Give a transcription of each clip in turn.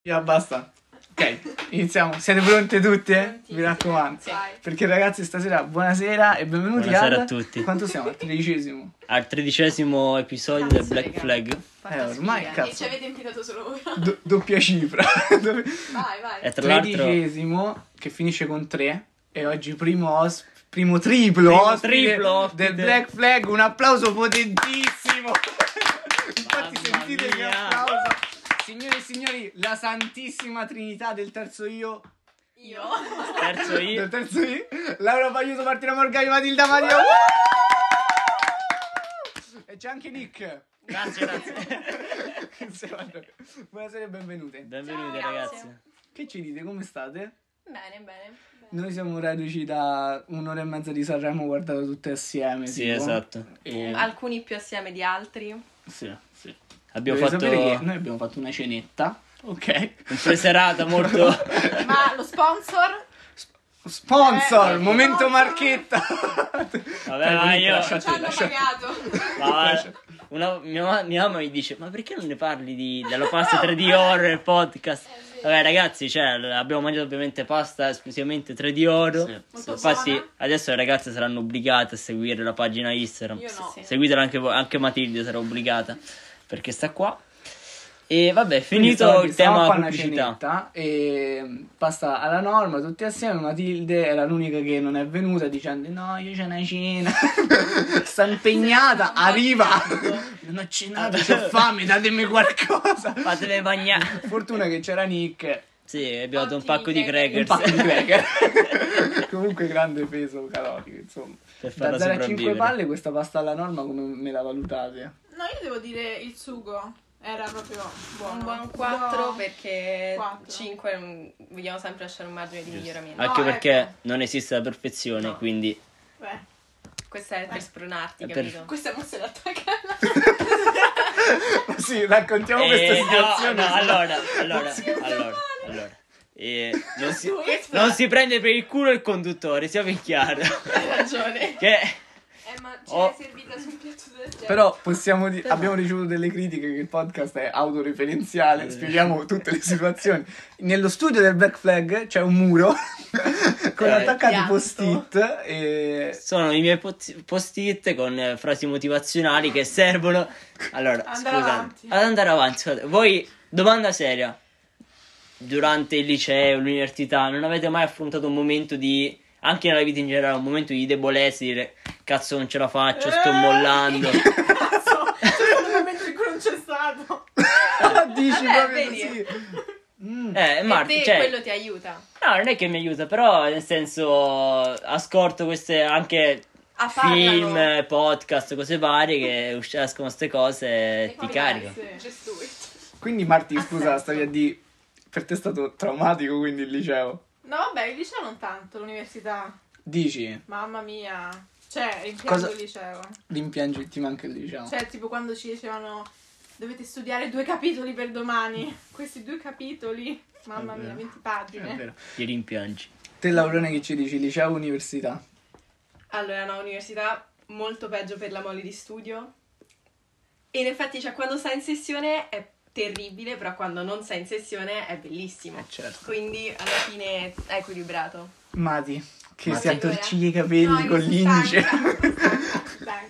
Ya, basta. Ok, iniziamo. Siete pronte tutte? Mi raccomando. Sì. Perché ragazzi, stasera buonasera e benvenuti Buonasera a tutti. Quanto siamo? Al 13°? Al 13° episodio del Black Flag. Ormai E cazzo. ci avete invitato solo voi. Doppia cifra. Vai. E tra l'altro 13° che finisce con 3. E oggi primo triplo ospite ospite del Black Flag. Un applauso potentissimo. Infatti Mamma sentite che mia. applauso. Signore e signori, la Santissima Trinità del terzo io. Io? terzo Del io. terzo io. Laura Pagliuto, Martina Morgai, Matilda Maria. E c'è anche Nick. Grazie. Buonasera e benvenute. Benvenuti Ciao, ragazzi. Che ci dite? Come state? Bene. Noi siamo reduci da un'ora e mezza di Sanremo guardato tutte assieme. Sì, tipo. esatto. E... Alcuni più assieme di altri. Sì. Abbiamo Dovete fatto sapere che noi abbiamo fatto una cenetta. Ok. un preserata molto Ma lo sponsor? Sponsor, momento sponsor. Marchetta. Vabbè, ma io Ci hanno pagato. ma mia mamma mi dice: "Ma perché non ne parli della pasta 3D horror podcast?" Vabbè ragazzi, abbiamo mangiato ovviamente pasta esclusivamente 3D horror. Molto Infatti buona. adesso le ragazze saranno obbligate a seguire la pagina Instagram. Io no. Sì. Seguitela anche voi, anche Matilde sarà obbligata perché sta qua. E vabbè, Quindi finito il stavamo a tema fare una pubblicità. cenetta e pasta alla norma tutti assieme. Matilde era l'unica che non è venuta dicendo no, io c'ho una cena. Sta impegnata, arriva. Non ho cenato, c'ho fame, datemi qualcosa. Fatele bagnare. Fortuna che c'era Nick. Sì, abbiamo dato un Ottimi pacco di Un crackers. crackers. pacco di cracker. Comunque grande peso calorico, insomma. Per Da farla 0 a 5 sopravvivere. palle questa pasta alla norma come me la valutate? No, io devo dire il sugo. Era proprio buono. Un buon 4 Buono. perché 4. 5 vogliamo sempre lasciare un margine di miglioramento. Anche No, perché ecco. non esiste la perfezione, No. quindi Beh, Questo è per spronarti, È per- capito? questa mossa è attaccata. Sì, raccontiamo questa situazione. no, allora. Non si prende per il culo il conduttore, sia ben chiaro. Hai ragione. Che Ma ce Oh. l'hai servita su un piatto del genere. Però possiamo dire, abbiamo ricevuto delle critiche che il podcast è autoreferenziale, spieghiamo tutte le situazioni. Nello studio del Black Flag c'è un muro con attaccati pianto. post-it e... sono i miei post-it con frasi motivazionali che servono. Allora, Andare scusate, avanti. ad andare avanti. Scusate. Voi, domanda seria. Durante il liceo, l'università, non avete mai affrontato un momento di, anche nella vita in generale, un momento di debolezza, di dire cazzo non ce la faccio, sto mollando. Cazzo, c'è stato un momento in cui non c'è stato. Dici Vabbè, proprio vedi. così. E Marti, te quello ti aiuta no, non è che mi aiuta, però nel senso ascolto queste anche a farlo. film, podcast, cose varie che escono queste cose e ti carico. Just do it. Quindi Marti, Ha scusa, senso. stavi a dire, per te è stato traumatico quindi il liceo? No, vabbè, il liceo non tanto, l'università. Dici, Mamma mia. Cioè, rimpiango Cosa- il liceo. rimpiangi, ti manca il liceo? Cioè, tipo quando ci dicevano dovete studiare 2 capitoli per domani. Questi 2 capitoli, mamma È mia, vero. 20 È pagine. vero. Ti rimpiangi. Te Laurone che ci dici, liceo o università? Allora no, università molto peggio per la mole di studio. E in effetti, cioè, quando sei in sessione è terribile, però quando non sei in sessione è bellissimo. Certo. Quindi alla fine è equilibrato. Mati, che Mati. si attorciglia i capelli con l'indice. Dai.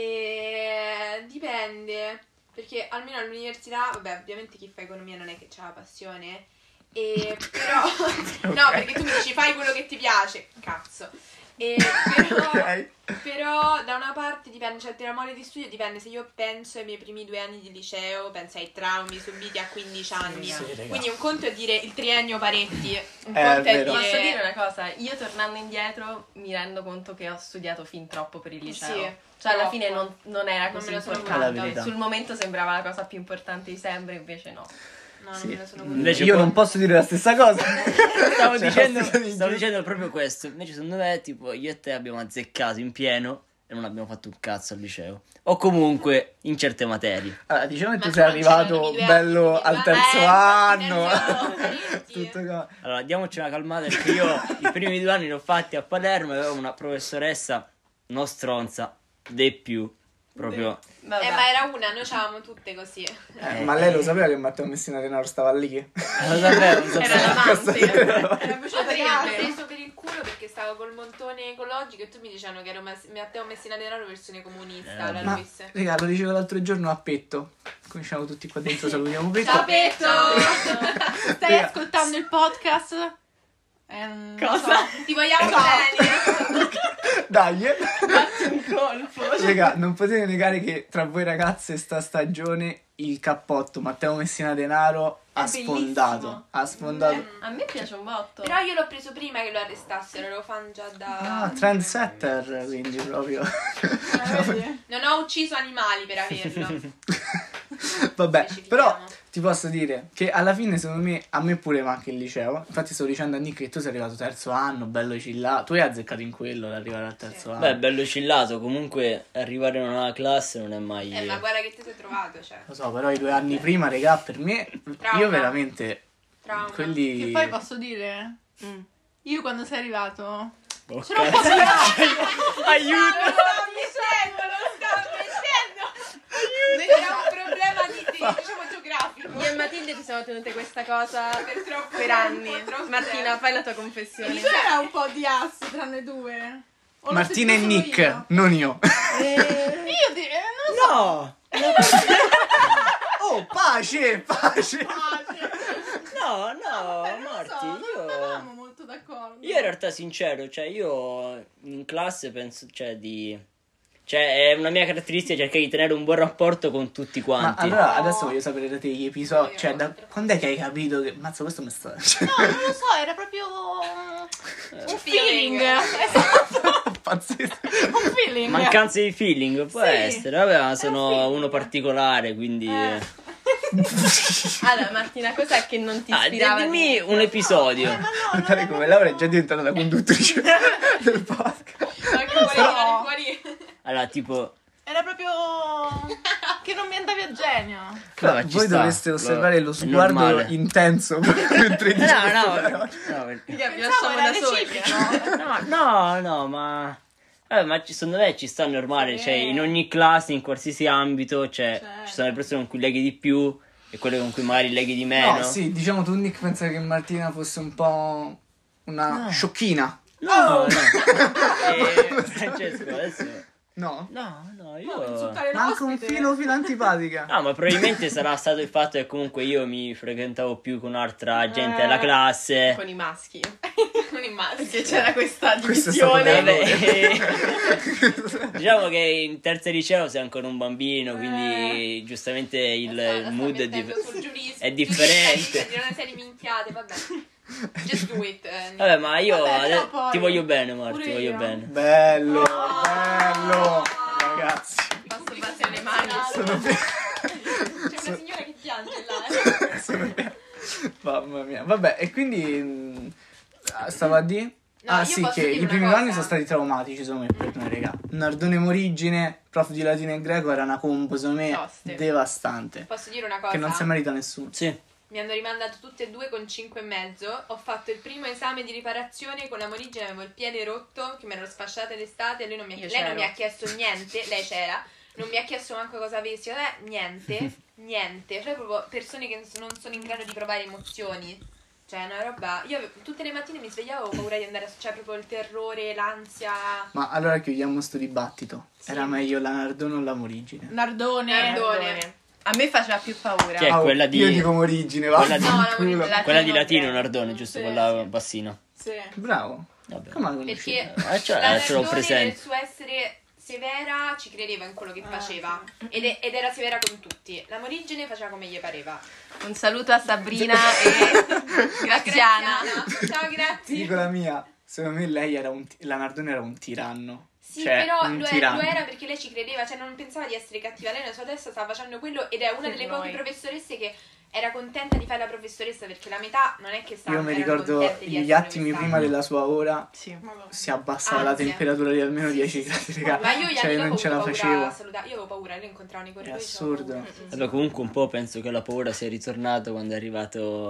E dipende, perché almeno all'università, vabbè, ovviamente chi fa economia non è che c'ha la passione. E però no, perché tu mi dici fai quello che ti piace, cazzo. E però, Ok. però da una parte dipende, cioè della mole di studio dipende. Se io penso ai miei primi 2 anni di liceo, penso ai traumi subiti a 15 anni. Sì, raga. Quindi un conto è dire il triennio Paretti, un È conto è vero. Posso dire dire una cosa? Io tornando indietro mi rendo conto che ho studiato fin troppo per il liceo. Sì, Cioè alla troppo. fine non era Non così me la sono È la importante. verità. Sul momento sembrava la cosa più importante di sempre, invece no. no, Sì. non me la sono Invece Io poi- non posso dire la stessa cosa. Stavo Cioè, dicendo, assolutamente. stavo dicendo proprio questo. Invece secondo me, tipo, io e te abbiamo azzeccato in pieno e non abbiamo fatto un cazzo al liceo. O comunque in certe materie. Allora, diciamo che Ma tu tu sei non arrivato c'erano i 2 bello anni, al terzo infatti, anno. Paretti. Tutto qua. Allora, diamoci una calmata perché io i primi 2 anni li ho fatti a Palermo e avevo una professoressa, non stronza, dei più. Proprio... Vabbè. Ma era una, noi c'avevamo tutte così. Ma lei lo sapeva che Matteo Messina Denaro stava lì? Lo sapevo, lo Era sapevo. l'amante. Era Andrea mi ha grande. preso per il culo perché stavo col montone ecologico e tu mi dicevano che ero Matteo Messina Denaro versione comunista, la Ma, Luis. raga, lo dicevo l'altro giorno a Petto. Cominciamo tutti qua dentro, salutiamo Petto. Ciao Petto! Stai Raga, ascoltando il podcast? Non Cosa? so. Ti vogliamo bene. Dai, Fatti un colpo. raga, non potete negare che tra voi ragazze sta stagione il cappotto Matteo Messina Denaro ha bellissimo. sfondato. Ha sfondato. A me piace un botto. Però io l'ho preso prima che lo arrestassero, ero fan già da... Ah, trendsetter, quindi proprio. Vedi? Non ho ucciso animali per averlo. Vabbè, Specifichiamo. però ti posso dire che alla fine secondo me, a me pure manca il liceo. Infatti stavo dicendo a Nick che tu sei arrivato terzo anno, bello cillato. Tu hai azzeccato in quello ad arrivare al terzo anno. Beh, bello cillato, comunque arrivare in una classe non è mai... Ma guarda che ti sei trovato, cioè. Lo so, però i 2 anni prima, regà, per me, Trauma. io veramente, Trauma. quelli... Che poi posso dire? Mm. Io quando sei arrivato Oh, c'era un cazzo. po' di Aiuto! Lo stavo dicendo! Noi abbiamo un problema di diciamo geografico. Io e Matilde ci siamo tenute questa cosa Per troppo per tempo, anni. troppo Martina, tempo. fai la tua confessione. c'era un po' di asse tra noi due. O l'ho Martina e sentito solo Nick, io? non io. Io direi, non lo so. No! Oh, pace! No, Vabbè, non lo Marti, so, non io... eravamo molto d'accordo. Io in realtà sincero, cioè io in classe penso, cioè di... Cioè è una mia caratteristica cercare di tenere un buon rapporto con tutti Ma quanti. allora, adesso voglio sapere da te gli episodi, cioè, da Io- quando è che hai capito che... Mazza, questo mi sta... Cioè, No, non lo so, era proprio un feeling. feeling. Esatto, pazzesco. un feeling. Mancanza di feeling, può Sì, essere, vabbè, ma sono feeling. uno particolare, quindi... Allora, Martina, cos'è che non ti Ah, ispirava? dimmi un episodio. Ma no, Guardate come Laura è già diventata la conduttrice del podcast. Anche fuori. Allora, tipo... era proprio che non mi andavi a genio. vabbè, ci Voi sta, dovreste osservare lo è sguardo normale. intenso mentre dice No, no, queste no, parole. perché- Mica vi Pensavo lasciamo era da soli. reciproco. no, ma... ma secondo me ci sta normale, cioè in ogni classe, in qualsiasi ambito, cioè Certo. ci sono le persone con cui leghi di più e quelle con cui magari leghi di meno. No, sì, diciamo tu Nick pensa che Martina fosse un po' una sciocchina. No, no. Francesco, adesso... No? No, io... Insultare Manca un l'ospite. filo antipatica. No, ma probabilmente sarà stato il fatto che comunque io mi frequentavo più con altra gente della classe. Con i maschi. Non immagino. Perché c'era questa Questo è stato divisione. Vabbè, diciamo che in terza liceo sei ancora un bambino, quindi giustamente il mood è differente. Dire una serie di minchiate, vabbè. Just do it. Vabbè, ma io Vabbè, però poi- ti voglio bene, Marti, pure ti voglio io. bene. Bello, bello. Ragazzi, Posso battere le mani? sono fiero. C'è una signora che piange là. Sono fiero. Mamma mia. Vabbè, e quindi stavo a dire? No, Ah io sì, posso che dire i una primi cosa. anni sono stati traumatici secondo me per noi, raga. Nardone Morigine, prof di latino e greco, era una combo secondo me Toste. devastante. Posso dire una cosa? Che non si merita nessuno. Sì. Mi hanno rimandato tutte e due con 5,5. Ho fatto il primo esame di riparazione con la Morigine, avevo il piede rotto, che mi ero sfasciata d'estate, e lui non mi ha, Io lei non c'ero. mi ha chiesto niente, lei c'era, non mi ha chiesto manco cosa avessi, niente, niente. Cioè proprio persone che non sono in grado di provare emozioni. Cioè una roba, tutte le mattine mi svegliavo, avevo paura di andare a... Cioè proprio il terrore, l'ansia. Ma allora chiudiamo sto dibattito. Era meglio la Nardone o la Morigine? Nardone. Nardone. A me faceva più paura. Chi è quella di... Io dico Morigine, va. quella di- No, la Culo. Morigine. Quella di latino, Nardone, giusto? Sì, Quella sì. bassina. Sì. Bravo. Vabbè. Come la conosci? Perché Cioè, la ce l'ho Nardone presente. nel suo essere severa ci credeva in quello che faceva ed era severa con tutti. La Morigine faceva come gli pareva. Un saluto a Sabrina e Graziana. Ciao, Ti grazie. dico la mia. Secondo me lei era la Nardone era un tiranno. Sì, Cioè, però un lo tiranno. era perché lei ci credeva, cioè non pensava di essere cattiva. Lei nella sua testa stava facendo quello ed è una Per delle noi. poche professoresse che era contenta di fare la professoressa, perché la metà non è che stava. Io mi erano ricordo contente di gli essere attimi quest'anno. prima della sua ora. Sì. Si abbassava la Ansia. temperatura di almeno 10 gradi, raga. Ma io gli Cioè, anni non dopo ce la avevo paura facevo. a salutare. Io avevo paura, io incontravo nei corridoi. assurdo. c'avevo paura. Vabbè, comunque un po' penso che la paura sia ritornata quando è arrivato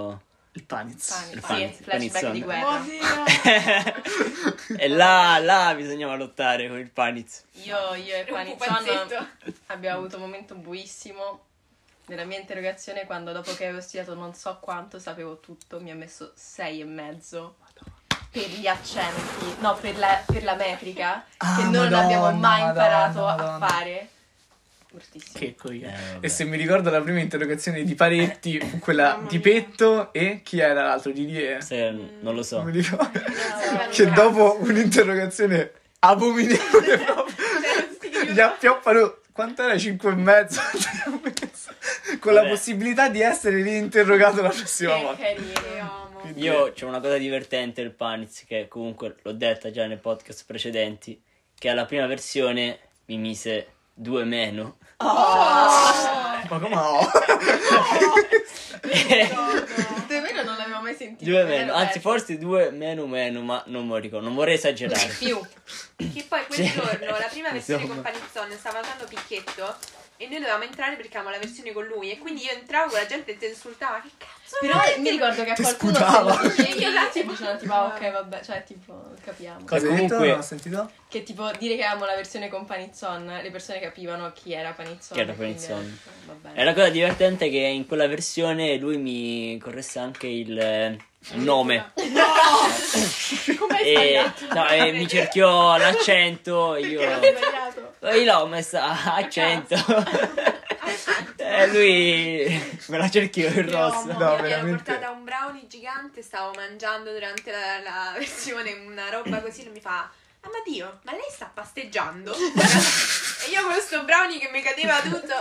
Il Paniz. Il Sì, Paniz, flashback di Panizzone. guerra. E là bisognava lottare con il Paniz. Io e Un Panizzon pupazzetto. abbiamo avuto un momento buonissimo nella mia interrogazione quando dopo che avevo studiato non so quanto sapevo tutto, mi ha messo 6,5 per gli accenti, no, per la metrica, Ah, che non Madonna, abbiamo mai imparato Madonna. a fare. Bruttissimo. Che coglione. vabbè. E se mi ricordo la prima interrogazione di Paretti fu quella Mamma di mia. Petto e chi era l'altro? Di Rie? Non lo so. Non mi ricordo. Sì, Che dopo un'interrogazione abominevole proprio gli appioppano quanto era? 5,5 con la Vabbè. possibilità di essere reinterrogato la prossima Che volta. carino. Che amo. Quindi- Io c'è una cosa divertente del Paniz che comunque l'ho detta già nei podcast precedenti, che alla prima versione mi mise 2 meno. Ma come no? Due meno non l'avevo mai sentito. 2 meno, Ero anzi persa. forse 2 meno, ma non me lo ricordo, non vorrei esagerare. Più. Che poi quel Sì. giorno, la prima versione Insomma. con Panizzone stava usando Picchetto e noi dovevamo entrare perché avevamo la versione con lui e quindi io entravo con la gente ti insultava, che cazzo Però è? mi ricordo che a Ti qualcuno sputava. se lo dicevi Esatto. e dicevano tipo ah, ok vabbè, cioè tipo capiamo. Cosa hai Comunque- detto? Non ho sentito? Che tipo dire che avevamo la versione con Panizzon, le persone capivano chi era Panizzon. Chi era quindi, Panizzon. va bene. E la cosa divertente è che in quella versione lui mi corresse anche il nome. Come hai E, sbagliato? no, e mi cerchiò l'accento, io Hai sbagliato. l'ho messa a 100. E lui me la cerchiò il rosso. No, Io mi ero veramente. portata un brownie gigante, stavo mangiando durante la versione una roba così, lui mi fa ah ma Dio, ma lei sta pasteggiando? E io con sto brownie che mi cadeva tutto.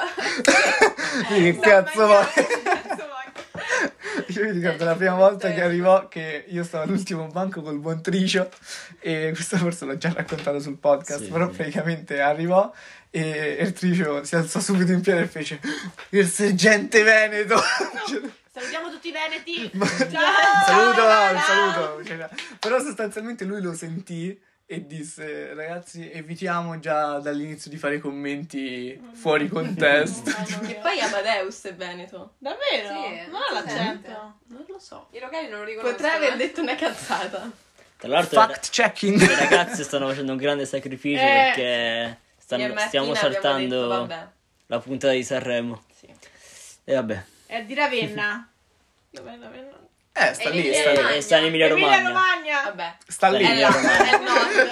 Che Sto cazzo mangiando, vuoi? che cazzo vuoi? Io mi ricordo la prima volta che arrivò che io stavo all'ultimo banco col buon Tricio e questo forse l'ho già raccontato sul podcast, Sì, però sì. praticamente arrivò e il Tricio si alzò subito in piedi e fece il sergente Veneto. Salutiamo tutti i veneti. Un saluto. Cioè, però sostanzialmente lui lo sentì e disse ragazzi evitiamo già dall'inizio di fare commenti fuori contesto. Che poi Amadeus è veneto. Davvero? Sì, non ha l'accento. Non lo so. I locali non lo riconoscono. Potrei aver detto una cazzata. Tra l'altro Fact checking. le ragazze stanno facendo un grande sacrificio perché Io e Martina stiamo abbiamo saltando detto, vabbè. la puntata di Sanremo. Sì. E vabbè. È di Ravenna. Dov'è Ravenna? Sta E lì, lì sta è lì. Sta in Emilia Emilia Romagna, Romagna. Vabbè. Sta lì. Emilia Romagna. È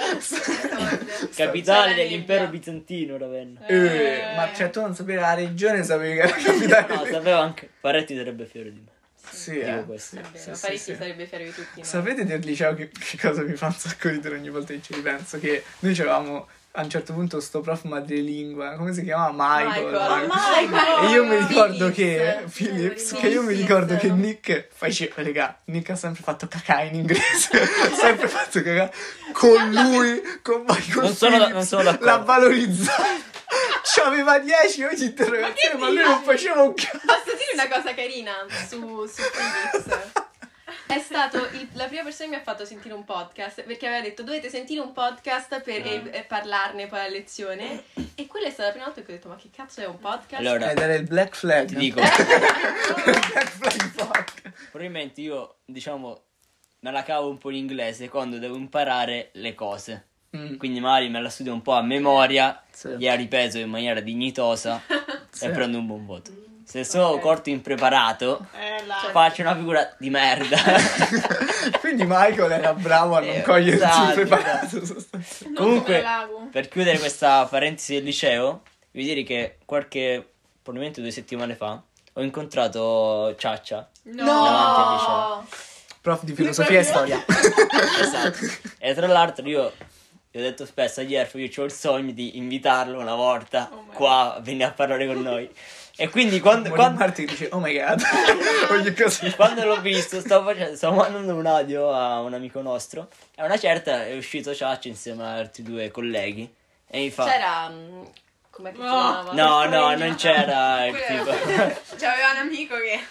nord. capitale C'è la dell'impero nebbia. bizantino, Ravenna. Ma cioè tu non sapevi la regione, sapevi che era capitale. No, sapevo anche. Paretti sarebbe fiero di me. Sì, Dico questo. È Sì, vero, sì, Parecchi sì. sarebbe fiero di tutti noi. Sapete del liceo che cosa mi fa un sacco ridere ogni volta che ci ripenso? Che noi avevamo a un certo punto sto prof madrelingua, come si chiamava? Michael. E io mi ricordo Phillips. che Phillips, che io mi ricordo che Nick faceva, raga, Nick ha sempre fatto cacà in inglese, sempre fatto cacà con lui, con Michael Non sono Phillips, d'accordo. l'ha valorizzato. C'aveva 10 ogni interrogazione, ma lui non faceva un cazzo. Posso dire una cosa carina su Philips? È stato la prima persona che mi ha fatto sentire un podcast perché aveva detto dovete sentire un podcast per e parlarne poi a lezione e quella è stata la prima volta che ho detto ma che cazzo è un podcast? Allora, Ed era il Black Flag. ti dico, Black Flag podcast. probabilmente io, diciamo, me la cavo un po' in inglese quando devo imparare le cose. Quindi magari me la studio un po' a memoria, Sì. gliela ripeto in maniera dignitosa Sì. e prendo un buon voto. Se sono corto impreparato, faccio una figura di merda. Quindi Michael era bravo a non cogliersi esatto, impreparato. Comunque, Lago. per chiudere questa parentesi del liceo, vi dire che probabilmente 2 settimane fa, ho incontrato Ciaccia davanti al liceo. Prof di filosofia e storia. Esatto. E tra l'altro io gli ho detto spesso a Jerf, io ho il sogno di invitarlo una volta qua a venire a parlare con noi. E quindi quando Marti dice oh my god. Ogni cosa. quando l'ho visto stavo mandando un audio a un amico nostro e a una certa è uscito Ciaccia insieme ad altri 2 colleghi e mi fa C'era come si chiamava? no non c'era il tipo C'aveva un amico che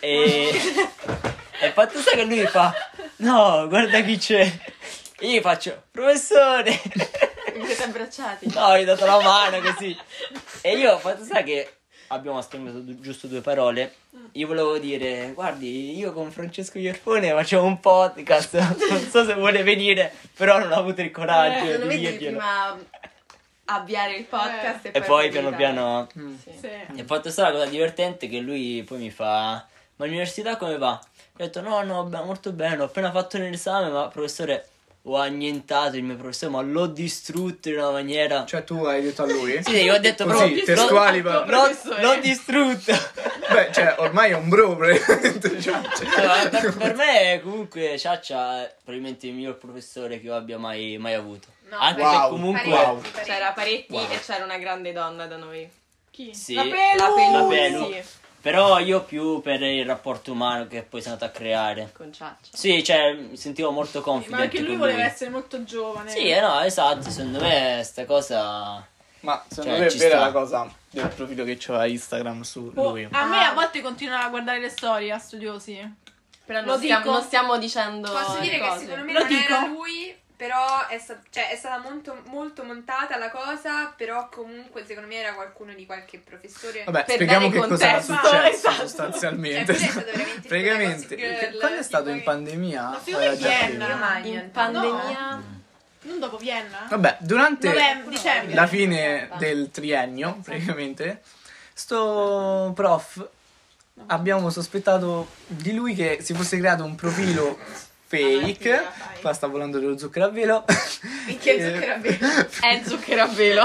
e fatto sta che lui mi fa no guarda chi c'è e io gli faccio professore Vi siete abbracciati? no gli ho dato la mano così e io ho fatto sta che abbiamo scambiato giusto 2 parole. Io volevo dire, guardi, io con Francesco Ierfone facciamo un podcast, non so se vuole venire, però non ho avuto il coraggio Non di vedi dirglielo. prima avviare il podcast E poi piano pubblicare. piano... Sì. Sì. E fatto sta la cosa divertente che lui poi mi fa, ma l'università come va? Ho detto no, beh, molto bene, ho appena fatto l'esame, ma professore, ho annientato il mio professore, ma l'ho distrutto in una maniera... Cioè tu hai detto a lui? Sì, io ho detto Così, proprio... testuali, l'ho- ma- l'ho distrutto. Beh, cioè, ormai è un bro, praticamente. Cioè, Allora, per me comunque Ciaccia è probabilmente il miglior professore che io abbia mai avuto. No, Anche wow, se comunque... wow. C'era Paretti Wow. e c'era una grande donna da noi. Chi? Sì, La La Pelu! Pelu, Pelu. sì, però io più per il rapporto umano che poi sono andato a creare. con Ciaccia. Sì, cioè mi sentivo molto Ma confident perché lui con voleva essere molto giovane. Sì, no, esatto, secondo me sta cosa... Ma secondo Cioè, me è ci vera sta. la cosa del profilo che c'aveva Instagram su Oh, lui. a me a volte continua a guardare le storie a studiosi. Però Lo non stiamo dicendo Posso dire che cose. secondo me Lo non dico. era lui, però è stata molto, molto montata la cosa, però comunque secondo me era qualcuno di qualche professore. Vabbè, Per spieghiamo dare che cosa era contesto, successo esatto. sostanzialmente. Cioè, lui è stato veramente Praticamente, tipo le Gossip Girl, quando è stato tipo in che- pandemia? Ma secondo me Era già Vienna. prima. In pandemia... Non dopo Vienna? Vabbè, durante Dicembre. la fine del triennio, praticamente, sto prof abbiamo sospettato di lui che si fosse creato un profilo fake. Qua sta volando dello zucchero a velo. Minchia, zucchero a velo. È zucchero a velo.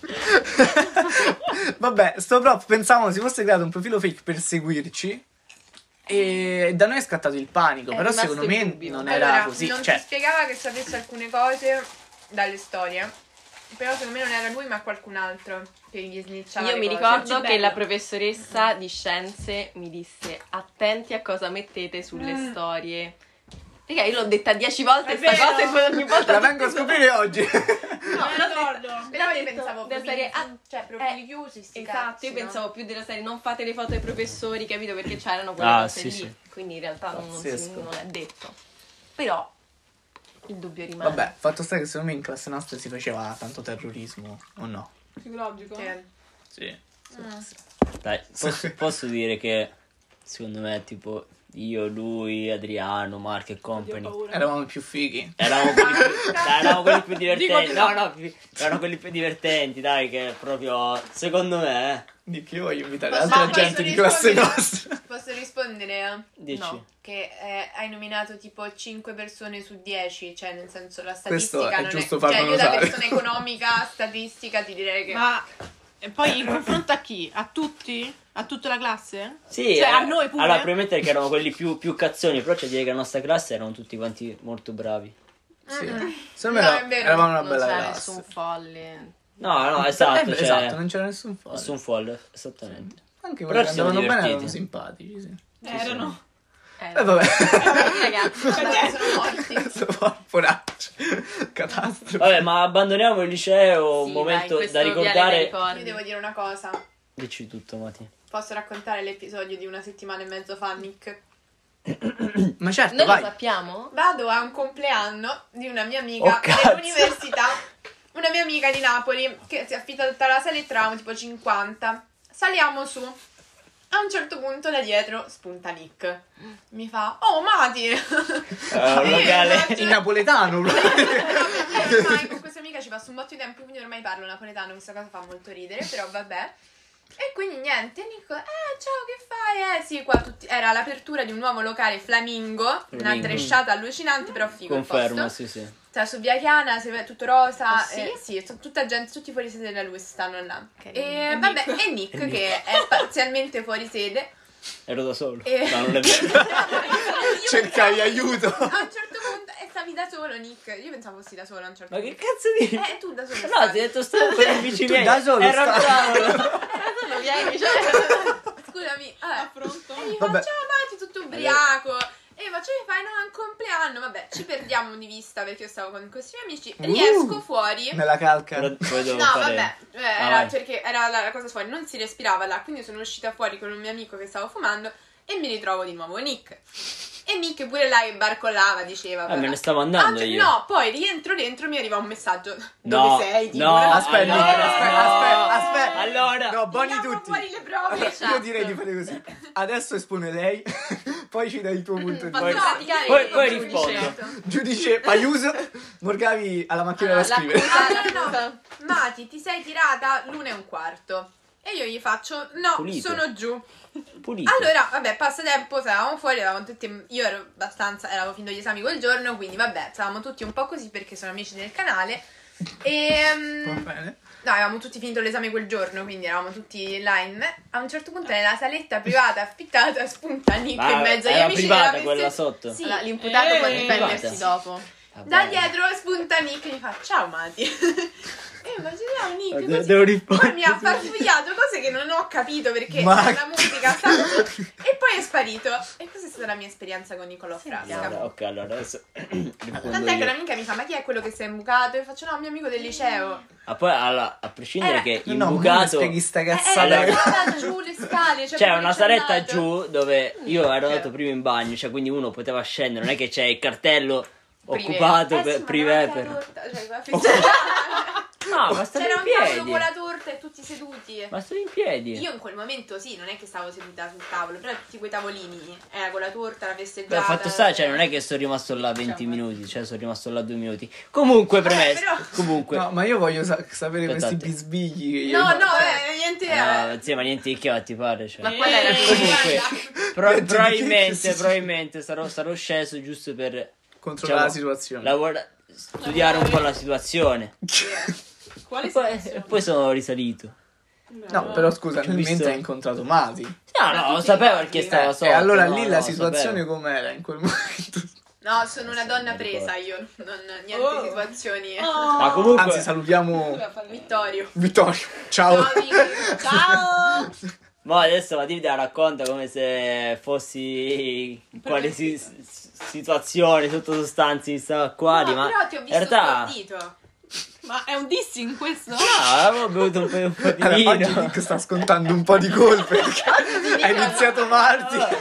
Vabbè, sto prof pensavamo si fosse creato un profilo fake per seguirci. E da noi è scattato il panico. È Però rimasto secondo me il dubbio. non era Allora, così. non Cioè, si spiegava che sapesse alcune cose dalle storie. Però secondo me non era lui, ma qualcun altro che gli snicciava Io le mi cose. ricordo che Bello. la professoressa di scienze mi disse attenti a cosa mettete sulle storie. Raga, io l'ho detta 10 volte È sta vero. cosa e poi ogni volta la vengo a scoprire oggi. No, ricordo. Però l'ho io detto pensavo della profili, serie, cioè profili chiusi, sti Esatto, cazzi, io no? pensavo più della serie non fate le foto ai professori, capito? Perché c'erano quelle Ah, cose sì, lì. sì. Quindi in realtà Pazzesco. non è detto. Però il dubbio rimane. Vabbè, fatto sta che secondo me in classe nostra si faceva tanto terrorismo, o no? Psicologico. Sì. Dai, posso dire che secondo me tipo io, lui, Adriano, Marco e Ho company paura. Eravamo più fighi. eravamo quelli più divertenti. Dico di No, no. no, erano quelli più divertenti, dai, che proprio secondo me, Di che voglio invitare Ma altra posso gente di classe rispondere? nostra. Posso rispondere? dici. No. Che hai nominato tipo 5 persone su 10, cioè nel senso la Questo statistica è non giusto è... farlo Cioè io da notare. persona economica, statistica ti direi che... Ma e poi in confronto a chi? A tutti? A tutta la classe? Sì, Cioè, a noi pure? allora probabilmente che erano quelli più cazzoni, però c'è da dire che la nostra classe erano tutti quanti molto bravi. Sì. Secondo me No, è vero. eravamo una non bella c'era classe. nessun folle. No, esatto, Beh, cioè, esatto, non c'era nessun folle. nessun folle, esattamente. Anche Però quelli che ci siamo andavano bene erano divertiti. simpatici, sì. Erano. Vabbè. Ragazzi, sono morti. Poraccio. Catastrofe. Vabbè, ma abbandoniamo il liceo, un sì, momento dai, da questo viale ricordare. dei ricordi. Io devo dire una cosa. Dici tutto, Mati. Posso raccontare l'episodio di una settimana e mezzo fa, Nick? Ma certo, Noi lo vai. sappiamo? Vado a un compleanno di una mia amica Oh, cazzo. dell'università, una mia amica di Napoli, che si è affittata tutta la saletta, eravamo tipo 50. Saliamo su. A un certo punto da dietro spunta Nick. Mi fa, oh Mati! Un locale. In napoletano. Ormai con questa amica ci passo un botto di tempo, quindi ormai parlo napoletano, questa cosa fa molto ridere, però vabbè. E quindi niente, Nick, ciao, che fai? Sì, qua tutti... Era l'apertura di un nuovo locale, Flamingo, una Flamingo. tresciata allucinante, però figo il Conferma, posto. sì, sì. Cioè, su Via Chiana, tutto rosa. Oh, sì? Sì, tutta gente, tutti fuori sede della LUIS stanno là. Carino. E vabbè, e Nick, che è parzialmente fuori sede. Ero da solo. E- No, non è vero. Cercavi aiuto. A un certo punto, e stavi da solo, Nick. Io pensavo fossi da solo a un certo Ma che punto. cazzo dici? Tu da solo. No, stavi. ti ho detto stavo con i amici Tu miei. da solo Ero al stavi. tavolo. Non vieni, cioè... Scusami, Pronto? e gli fa, Vabbè. ciao Mati, tutto ubriaco. E io faccio, fai, no, è un compleanno. Vabbè, ci perdiamo di vista perché io stavo con questi miei amici. Riesco fuori. Nella calca. Però poi devo No, fare... vabbè, Ah, era vai. perché era la cosa fuori, non si respirava là, quindi sono uscita fuori con un mio amico che stavo fumando e mi ritrovo di nuovo Nick. E Nick pure là che barcollava, diceva. Me ne stavo andando Ah, io. No, poi rientro dentro mi arriva un messaggio. No, Dove sei? Tipo, no, Aspetta, allora, aspetta. Allora, No, buoni tiriamo tutti. fuori le prove. Allora, io direi di fare così. Adesso espone lei, poi ci dai il tuo punto di Posso vista. praticare poi il giudice? rispondo. Giudice Aiuso, Morgavi alla macchina da scrivere. No. Mati, ti sei tirata l'1:15. E io gli faccio, no, Pulito. sono giù. Pulito. Allora, vabbè, passa tempo, stavamo fuori, eravamo tutti, io ero avevo finito gli esami quel giorno, quindi vabbè, stavamo tutti un po' così perché sono amici del canale. E Va bene. no, avevamo tutti finito l'esame quel giorno, quindi eravamo tutti là a un certo punto nella saletta privata affittata spunta Nick Ma in mezzo agli era amici privata della quella festa. sotto? Sì. Allora, l'imputato può privata. difendersi dopo. Vabbè. Da dietro spunta Nick e mi fa ciao Mati. E ma ciao Nick, così. Devo rispondere. Poi mi ha farfugliato cose che non ho capito perché Ma- la musica stava e poi è sparito. E questa è stata la mia esperienza con Nicolò Frasca. Allora, adesso rispondo Tant'è che una io. amica mi fa ma chi è quello che si è imbucato? E faccio no, un mio amico del liceo. Ma poi, allora, a prescindere Era- che No, ma imbucato... spieghi sta È cazzata. andata giù le scale. C'è proprio una che c'è saletta andato. giù dove io ero andato prima in bagno, cioè quindi uno poteva scendere, non è che c'è il cartello occupato Sì, per ma privé davanti alla per... torta, cioè, quella festa- No, ma stavi C'era in un tavolo piedi. con la torta e tutti seduti. Ma stavi in piedi. Io in quel momento sì, non è che stavo seduta sul tavolo, però tutti quei tavolini, era con la torta, la Beh, festeggiata. fatto sta, cioè non è che sono rimasto là 20 minuti, cioè sono rimasto là 2 minuti. Comunque premesso, però- comunque... No, ma io voglio sapere Aspettate. questi bisbigli che io No, faccio. no, niente. No, sì, ma niente di che ti pare, cioè. Ma quella era Comunque, Niente di che, probabilmente sarò sceso giusto per Controllare la situazione. studiare un po' la situazione. Quale E poi sono risalito. No, però scusa, nel visto- mentre hai incontrato Mati. No, lo sapevo perché stava sotto. E allora no, lì no, la lo situazione sapevo. com'era in quel momento? No, sono una donna mi presa ricordo. io, non niente situazioni. Ma comunque... Anzi, salutiamo Vittorio. Vittorio. Ciao. Ciao, Vicky. Ciao! Ma adesso Matilde la racconta come se fossi in qualsiasi situazione, sotto sostanze acquari, No, ma però ti ho in visto realtà stordito. Ma è un dissing questo? no, avevo bevuto un po' di Allora, oggi vino. Nick sta scontando un po' di colpe perché ha iniziato Marti. No,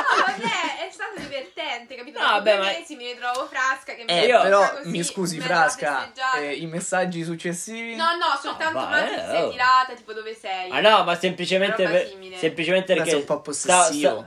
vabbè, è stato divertente, capito? No, Dopo vabbè, 2 ma- mesi mi ritrovo Frasca che mi io- fa Però così, mi scusi mezza Frasca, festeggiata. i messaggi successivi. No, soltanto Ah, Mati ti sei oh. tirata, tipo dove sei? Ah no, ma semplicemente, Roba simile. semplicemente Adesso perché è un po' possessivo.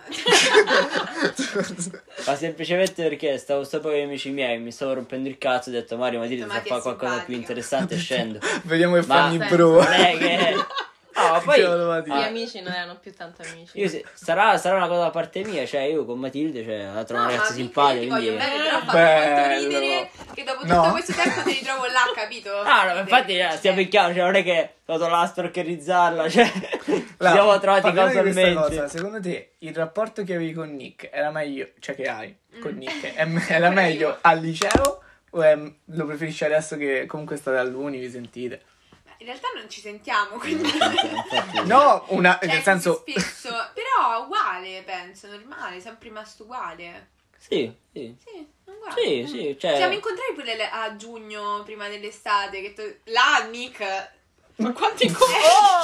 ma semplicemente perché stavo con gli amici miei, mi stavo rompendo il cazzo, ho detto Mario, ma ti sa Mati è fare qualcosa simpatica. più interessante e scendo. Vediamo che Ma- fanno i bro. Non è che... No, ma poi... Cavolo, Mati. Gli amici non erano più tanto amici. Sarà una cosa da parte mia, cioè io con Matilde, cioè, la trovo No, una ma ragazza Vicky, simpatica, ti voglio quindi... bene, però fa Bello. molto ridere che dopo tutto No. questo tempo ti ritrovo là, capito? Ah, no, infatti sia ben chiaro, cioè non è che vado là a stalkerizzarla, cioè ci siamo trovati parliamo di questa casualmente. cosa. Secondo te il rapporto che avevi con Nick era meglio, cioè che hai con Nick, era meglio al liceo o lo preferisci adesso che comunque state all'uni, vi sentite? In realtà non ci sentiamo, quindi... Infatti, No, Cioè, nel senso spesso, però uguale, penso, normale, sempre rimasto uguale. sì. Sì, uguale. Sì, sì, cioè... Ci siamo incontrati pure a giugno, prima dell'estate, che là Nick... Ma quanti incontri?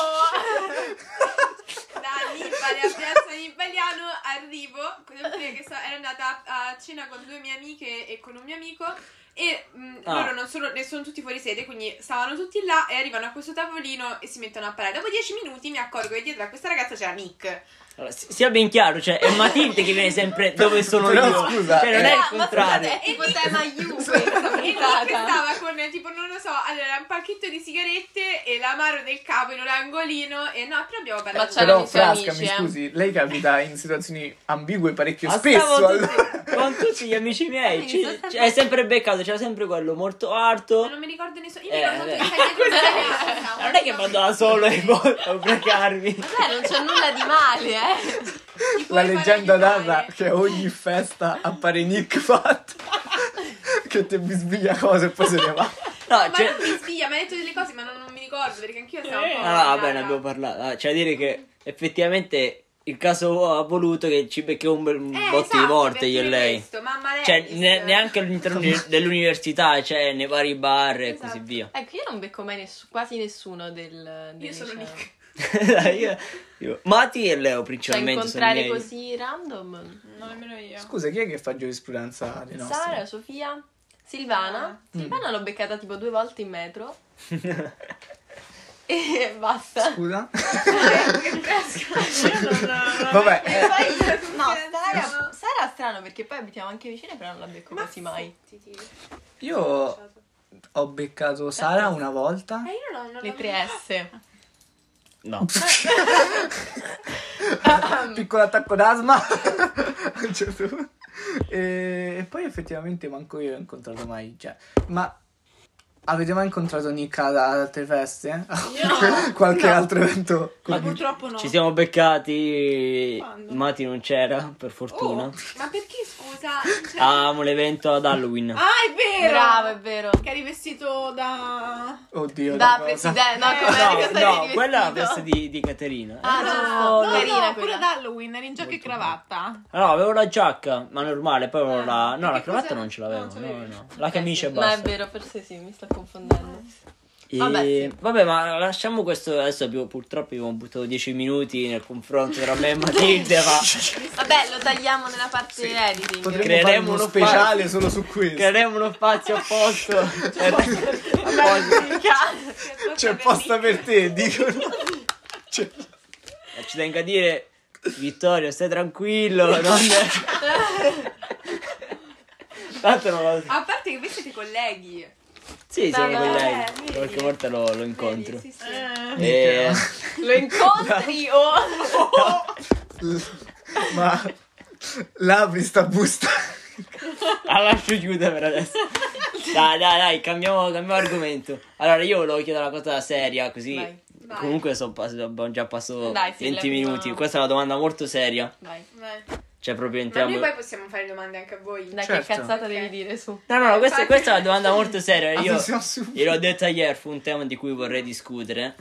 Da Nibali a Piazza Nibaliano arrivo, che ero andata a cena con 2 mie amiche e con un mio amico e loro ne sono tutti fuori sede, quindi stavano tutti là e arrivano a questo tavolino e si mettono a parlare. Dopo 10 minuti mi accorgo che dietro a questa ragazza c'era Nick. Allora, sia ben chiaro, cioè è Matilde che viene sempre dove sono Però, io. scusa, cioè non è il Ma contrario. scusate, è tipo E Nick- tema Juve questa E Nick puntata. stava con tipo, non lo so, allora un pacchetto di sigarette e l'amaro del capo in un angolino e no, però abbiamo parlato. Ma c'erano però i suoi Frasca, amici, mi scusi, lei capita in situazioni ambigue parecchio Ma spesso. stavo allora. con tutti gli amici miei. Quindi sono sempre- È sempre beccato, c'era sempre quello molto alto. Ma non mi ricordo nessuno. Io mi ricordo beh. che stai dietro una ragazza. Non è che vado da solo e poi a ubriacarmi. Vabbè, non c'è nulla di male, Ti La puoi leggenda far aiutare. narra che a ogni festa appare Nick fatto che te bisbiglia cose e poi se ne va. No, Ma cioè... non mi sveglia, mi ha detto delle cose, ma non mi ricordo perché anch'io stavo un po'. Ah, va bene, abbiamo parlato. Ah, cioè, a dire che effettivamente il caso ha voluto che ci becchiamo un botto di volte io e lei. Questo, mamma lei. Cioè, neanche all'interno dell'università, cioè nei vari bar e Esatto. così via. Ecco, io non becco mai quasi nessuno del Io sono liceo. Nick. Dai, io- Mati e Leo Cioè, principalmente sono i incontrare miei. così random. Non nemmeno io. Scusa, chi è che fa giurisprudenza dei nostri? Sara, Sofia, Silvana. Silvana l'ho beccata tipo 2 volte in metro. E basta. Scusa? Che fresca. Io non Vabbè. E poi, no, Sara strano perché poi abitiamo anche vicine, però non la becco quasi mai. Io ho beccato Sara una volta. Io non Le 3S. No. Piccolo attacco d'asma. A un certo punto. E poi effettivamente manco io ho incontrato mai. Cioè, ma avete mai incontrato Nick ad altre feste? Qualche altro evento? Ma purtroppo no. Ci siamo beccati. Quando? Mati non c'era, per fortuna. Ma perché scusa? Cioè, A un evento ad Halloween. Ah, è vero! Bravo, è vero. Che eri vestito da... Oddio, Da cosa? presidente, no, come No, quella è la festa di Caterina. Ah, No, giusto, carina no, pure quella. ad Halloween, eri in giacca e cravatta. No, avevo la giacca, ma normale, poi avevo la... No, che la cravatta cosa- non ce l'avevo, non ce l'avevi? no. La camicia e No, è basta. vero, forse sì, mi sto confondendo. E- Vabbè, sì. Vabbè, ma lasciamo questo. Adesso purtroppo abbiamo buttato 10 minuti nel confronto tra me e Matilde, ma Vabbè, lo tagliamo nella parte editing. Potremmo Creeremo fare uno uno speciale solo su questo. creeremo uno spazio apposto. C'è posta per te, dicono. Cioè, Ci tengo a dire, Vittorio, stai tranquillo. Tanto non lo so. a parte che voi siete colleghi. Sì, siamo Vabbè, colleghi. vedi. Qualche volta lo incontro. Vedi, sì, sì. E... Lo incontri o... ma l'apri sta busta. La lascio chiudere per adesso. Dai, cambiamo argomento. Allora, io volevo chiedere una cosa seria, così. Vai. Comunque abbiamo già passato Dai, sì, 20 la prima- minuti. Questa è una domanda molto seria. Vai. Vai. Cioè, proprio Ma entriamo. noi poi possiamo fare domande anche a voi. Dai, Certo. che cazzata Ok. devi dire su? No, questa è una domanda molto seria. La Io pensiamo subito. gliel'ho detto ieri, fu un tema di cui vorrei discutere.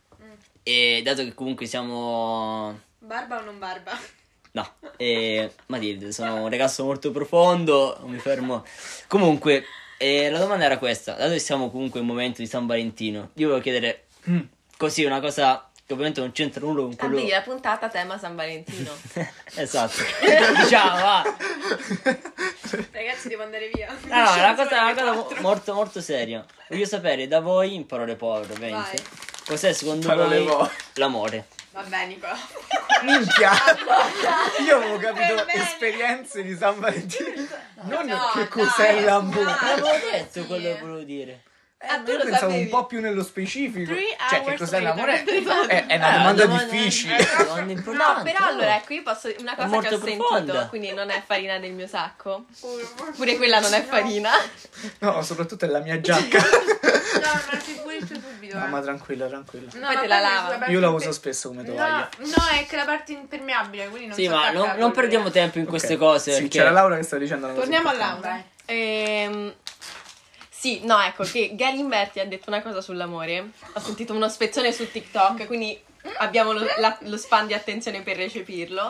E dato che comunque siamo. Barba o non barba? No, Matilde, sono un ragazzo molto profondo. Non mi fermo. Comunque, la domanda era questa: dato che siamo comunque in un momento di San Valentino, io volevo chiedere così una cosa che ovviamente non c'entra nulla con quello. Tanto la puntata tema San Valentino. Esatto. Diciamo, va. Ragazzi, devo andare via. No, è una cosa molto, molto seria. Voglio sapere da voi, in parole povere, ovviamente. Vai. Cos'è secondo Parole voi povere. l'amore? Vabbè, Nicola. Minchia. Io avevo capito Per bene. esperienze di San Valentino. Non No, che dai, cos'è l'amore. dai. L'avevo detto sì. quello che volevo dire. Ah, tu Io lo pensavo sapevi? un po' più nello specifico. 3 Cioè, che hours cos'è later. l'amore? È una domanda difficile. Domanda No, importante. però allora, ecco, io posso... Una cosa che molto ho sentito, profonda. quindi non è farina del mio sacco. Pure quella non è farina. No, soprattutto è la mia giacca. No, ma ti pulisco subito. No, ma tranquilla, tranquilla. No, Poi ma te la poi lava. sulla parte Io la imper- uso spesso come No, tovaglia. no, è che la parte impermeabile, quindi non Sì, si ma attacca alla non perdiamo polvere. tempo in queste Ok. cose. Sì, perché c'era Laura che stava dicendo una cosa. Torniamo importante. all'aura. Sì, no, ecco, che Galimberti ha detto una cosa sull'amore. Ho sentito uno spezzone su TikTok, quindi abbiamo lo span di attenzione per recepirlo.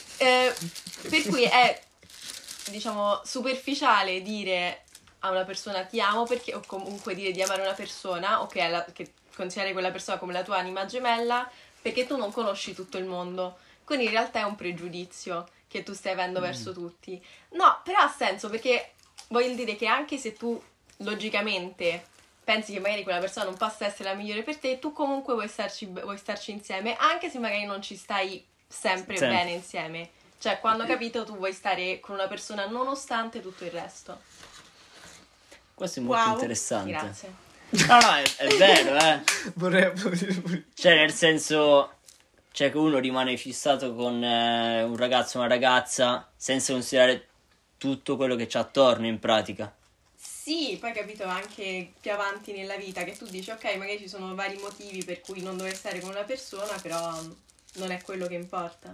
Per cui è, diciamo, superficiale dire a una persona ti amo, perché, o comunque dire di amare una persona, o che considerare quella persona come la tua anima gemella, perché tu non conosci tutto il mondo. Quindi in realtà è un pregiudizio che tu stai avendo verso tutti. No, però ha senso, perché voglio dire che anche se tu logicamente pensi che magari quella persona non possa essere la migliore per te, tu comunque vuoi starci insieme, anche se magari non ci stai sempre Sempre. bene insieme. Cioè, quando ho capito, tu vuoi stare con una persona nonostante tutto il resto. Questo è molto Wow. interessante. Grazie. No, è vero, Vorrei dire pure. Cioè, nel senso, cioè che uno rimane fissato con un ragazzo o una ragazza senza considerare tutto quello che c'è attorno in pratica. Sì, poi capito anche più avanti nella vita che tu dici ok, magari ci sono vari motivi per cui non dover stare con una persona, però non è quello che importa.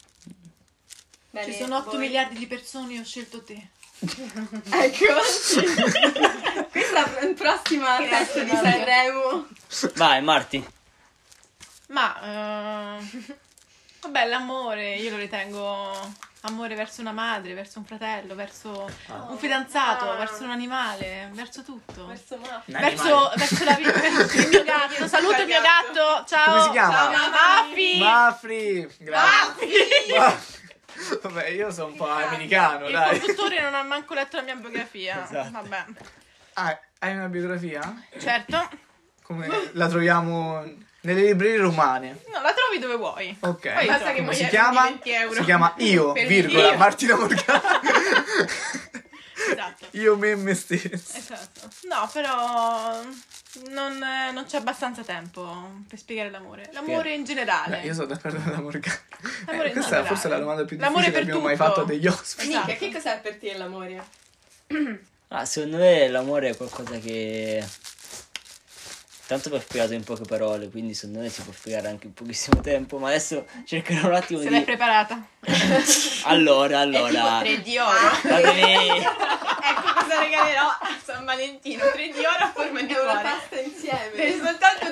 Bene, Ci sono 8 voi? miliardi di persone, io ho scelto te. Ecco, questa è la prossima test di Sanremo. Vai, Marti. Ma Vabbè, l'amore io lo ritengo amore verso una madre, verso un fratello, verso un fidanzato, verso un animale, verso tutto. Verso Mafia. Un animale. Verso la vita, verso il mio gatto. Saluto il mio gatto. Ciao. Come si chiama? Ciao, Maffi. Mafri. Grazie. Vabbè, io sono un po' americano, Il dai. conduttore non ha manco letto la mia biografia. Esatto. Vabbè. Ah, hai una biografia? Certo. Come la troviamo nelle librerie romane? No, la trovi dove vuoi. Ok. Poi basta che Come mi si mi chiama? 20 euro. Si chiama Io, Per virgola, io. Martina Morgana. Esatto. Io me stesso. Esatto. No, però non c'è abbastanza tempo per spiegare l'amore. L'amore in generale. Beh, io sono d'accordo con la Morgana. L'amore in Questa è generale. forse la domanda più L'amore difficile che per abbiamo mai tutto. fatto a degli ospiti. Esatto. Nick, che cos'è per te l'amore? Secondo me l'amore è qualcosa che tanto va spiegato in poche parole, quindi secondo me si può spiegare anche in pochissimo tempo, ma adesso cercherò un attimo Se l'hai di... preparata. Allora, È tipo 3 di oro. fatemi... Ecco cosa regalerò a San Valentino, 3 di oro a forma di È una cuore. pasta insieme. Per soltanto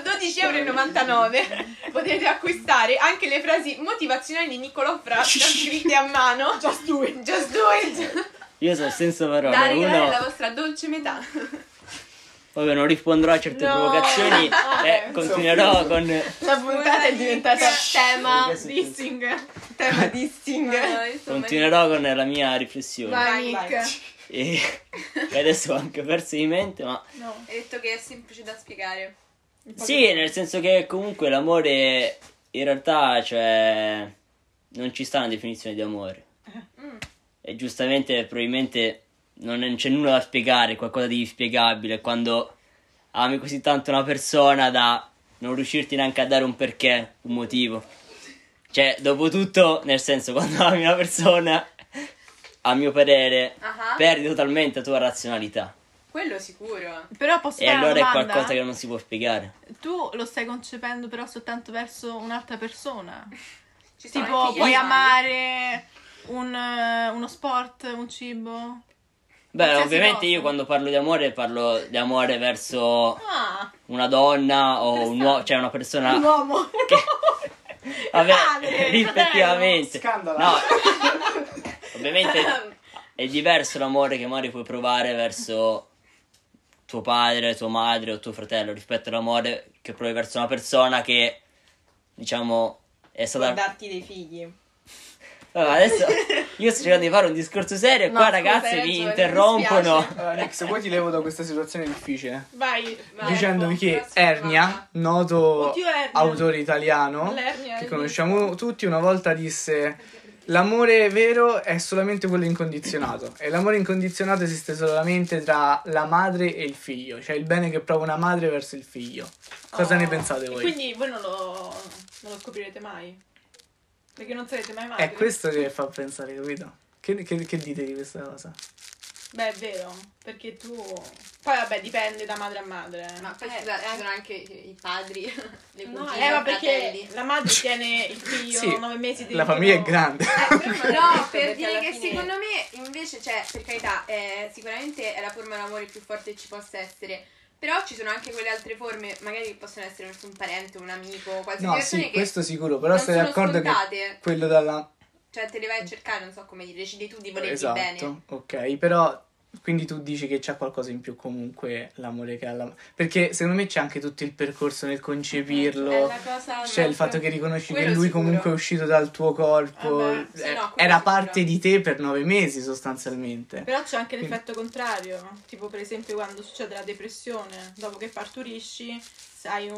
12,99 potete acquistare anche le frasi motivazionali di Niccolò Frasca scritte a mano. Just do it. Just do it. Io sono senza Da parole, regalare uno... alla vostra dolce metà. Vabbè, non risponderò a certe No. provocazioni e continuerò con... La puntata è diventata tema Perché sei- dissing. Tema dissing. Continuerò con la mia riflessione. Vai, Nick. E adesso ho anche perso di mente, ma... No. Hai detto che è semplice da spiegare. Sì, nel senso che comunque l'amore in realtà, cioè, non ci sta una definizione di amore. E giustamente, probabilmente, non c'è nulla da spiegare, qualcosa di inspiegabile, quando ami così tanto una persona da non riuscirti neanche a dare un perché, un motivo. Cioè, dopo tutto, nel senso, quando ami una persona, a mio parere, Ah. perdi totalmente la tua razionalità. Quello sicuro. Però posso E fare allora una è domanda? qualcosa che non si può spiegare. Tu lo stai concependo però soltanto verso un'altra persona. Ci sono Tipo, anche gli puoi animali. amare uno sport, un cibo? Beh, Qualsiasi ovviamente cosa. io quando parlo parlo di amore verso Ah, una donna o un uomo, cioè una persona Un uomo. che... Vabbè, Padre, rispettivamente. Scandalo. No, ovviamente è diverso l'amore che magari puoi provare verso tuo padre, tua madre o tuo fratello rispetto all'amore che provi verso una persona che, diciamo, è Può stata... darti dei figli. Allora, adesso io sto cercando di fare un discorso serio e No, qua scusa, ragazze hai mi ragione, mi interrompono. dispiace. Allora, Nix, poi ti levo da questa situazione difficile. vai. Dicendovi che prossima Ernia, domanda. noto Oddio, Ernia. autore italiano, L'ernia, che hai conosciamo tutti, una volta disse: l'amore vero è solamente quello incondizionato, e l'amore incondizionato esiste solamente tra la madre e il figlio, cioè il bene che prova una madre verso il figlio. Cosa ne pensate E voi? quindi voi non lo scoprirete mai? Perché non sarete mai madri? È questo che fa pensare, capito? Che dite di questa cosa? Beh, è vero, perché tu... Poi vabbè, dipende da madre a madre. Ma poi ci sono anche i padri, le No, cugine, ma i perché fratelli. la madre tiene il figlio Sì, 9 mesi dentro. la famiglia è grande. No, per perché dire alla che fine- secondo me invece, cioè, per carità, sicuramente è la forma d'amore più forte che ci possa essere. Però ci sono anche quelle altre forme, magari che possono essere verso un parente, un amico, qualsiasi No, persona sì, che questo sicuro, però non stai sono d'accordo che scontate. quello dalla... Cioè, te le vai a cercare, non so come dire, decidi tu di volerli Esatto, bene. ok, però quindi tu dici che c'è qualcosa in più comunque l'amore che ha la... Perché secondo me c'è anche tutto il percorso nel È concepirlo, la cosa... c'è il fatto che riconosci che Quello lui sicuro. comunque è uscito dal tuo corpo, Vabbè, sì, eh, no, quello era sicuro. parte di te per 9 mesi sostanzialmente. Però c'è anche l'effetto contrario, tipo per esempio quando succede la depressione, dopo che partorisci hai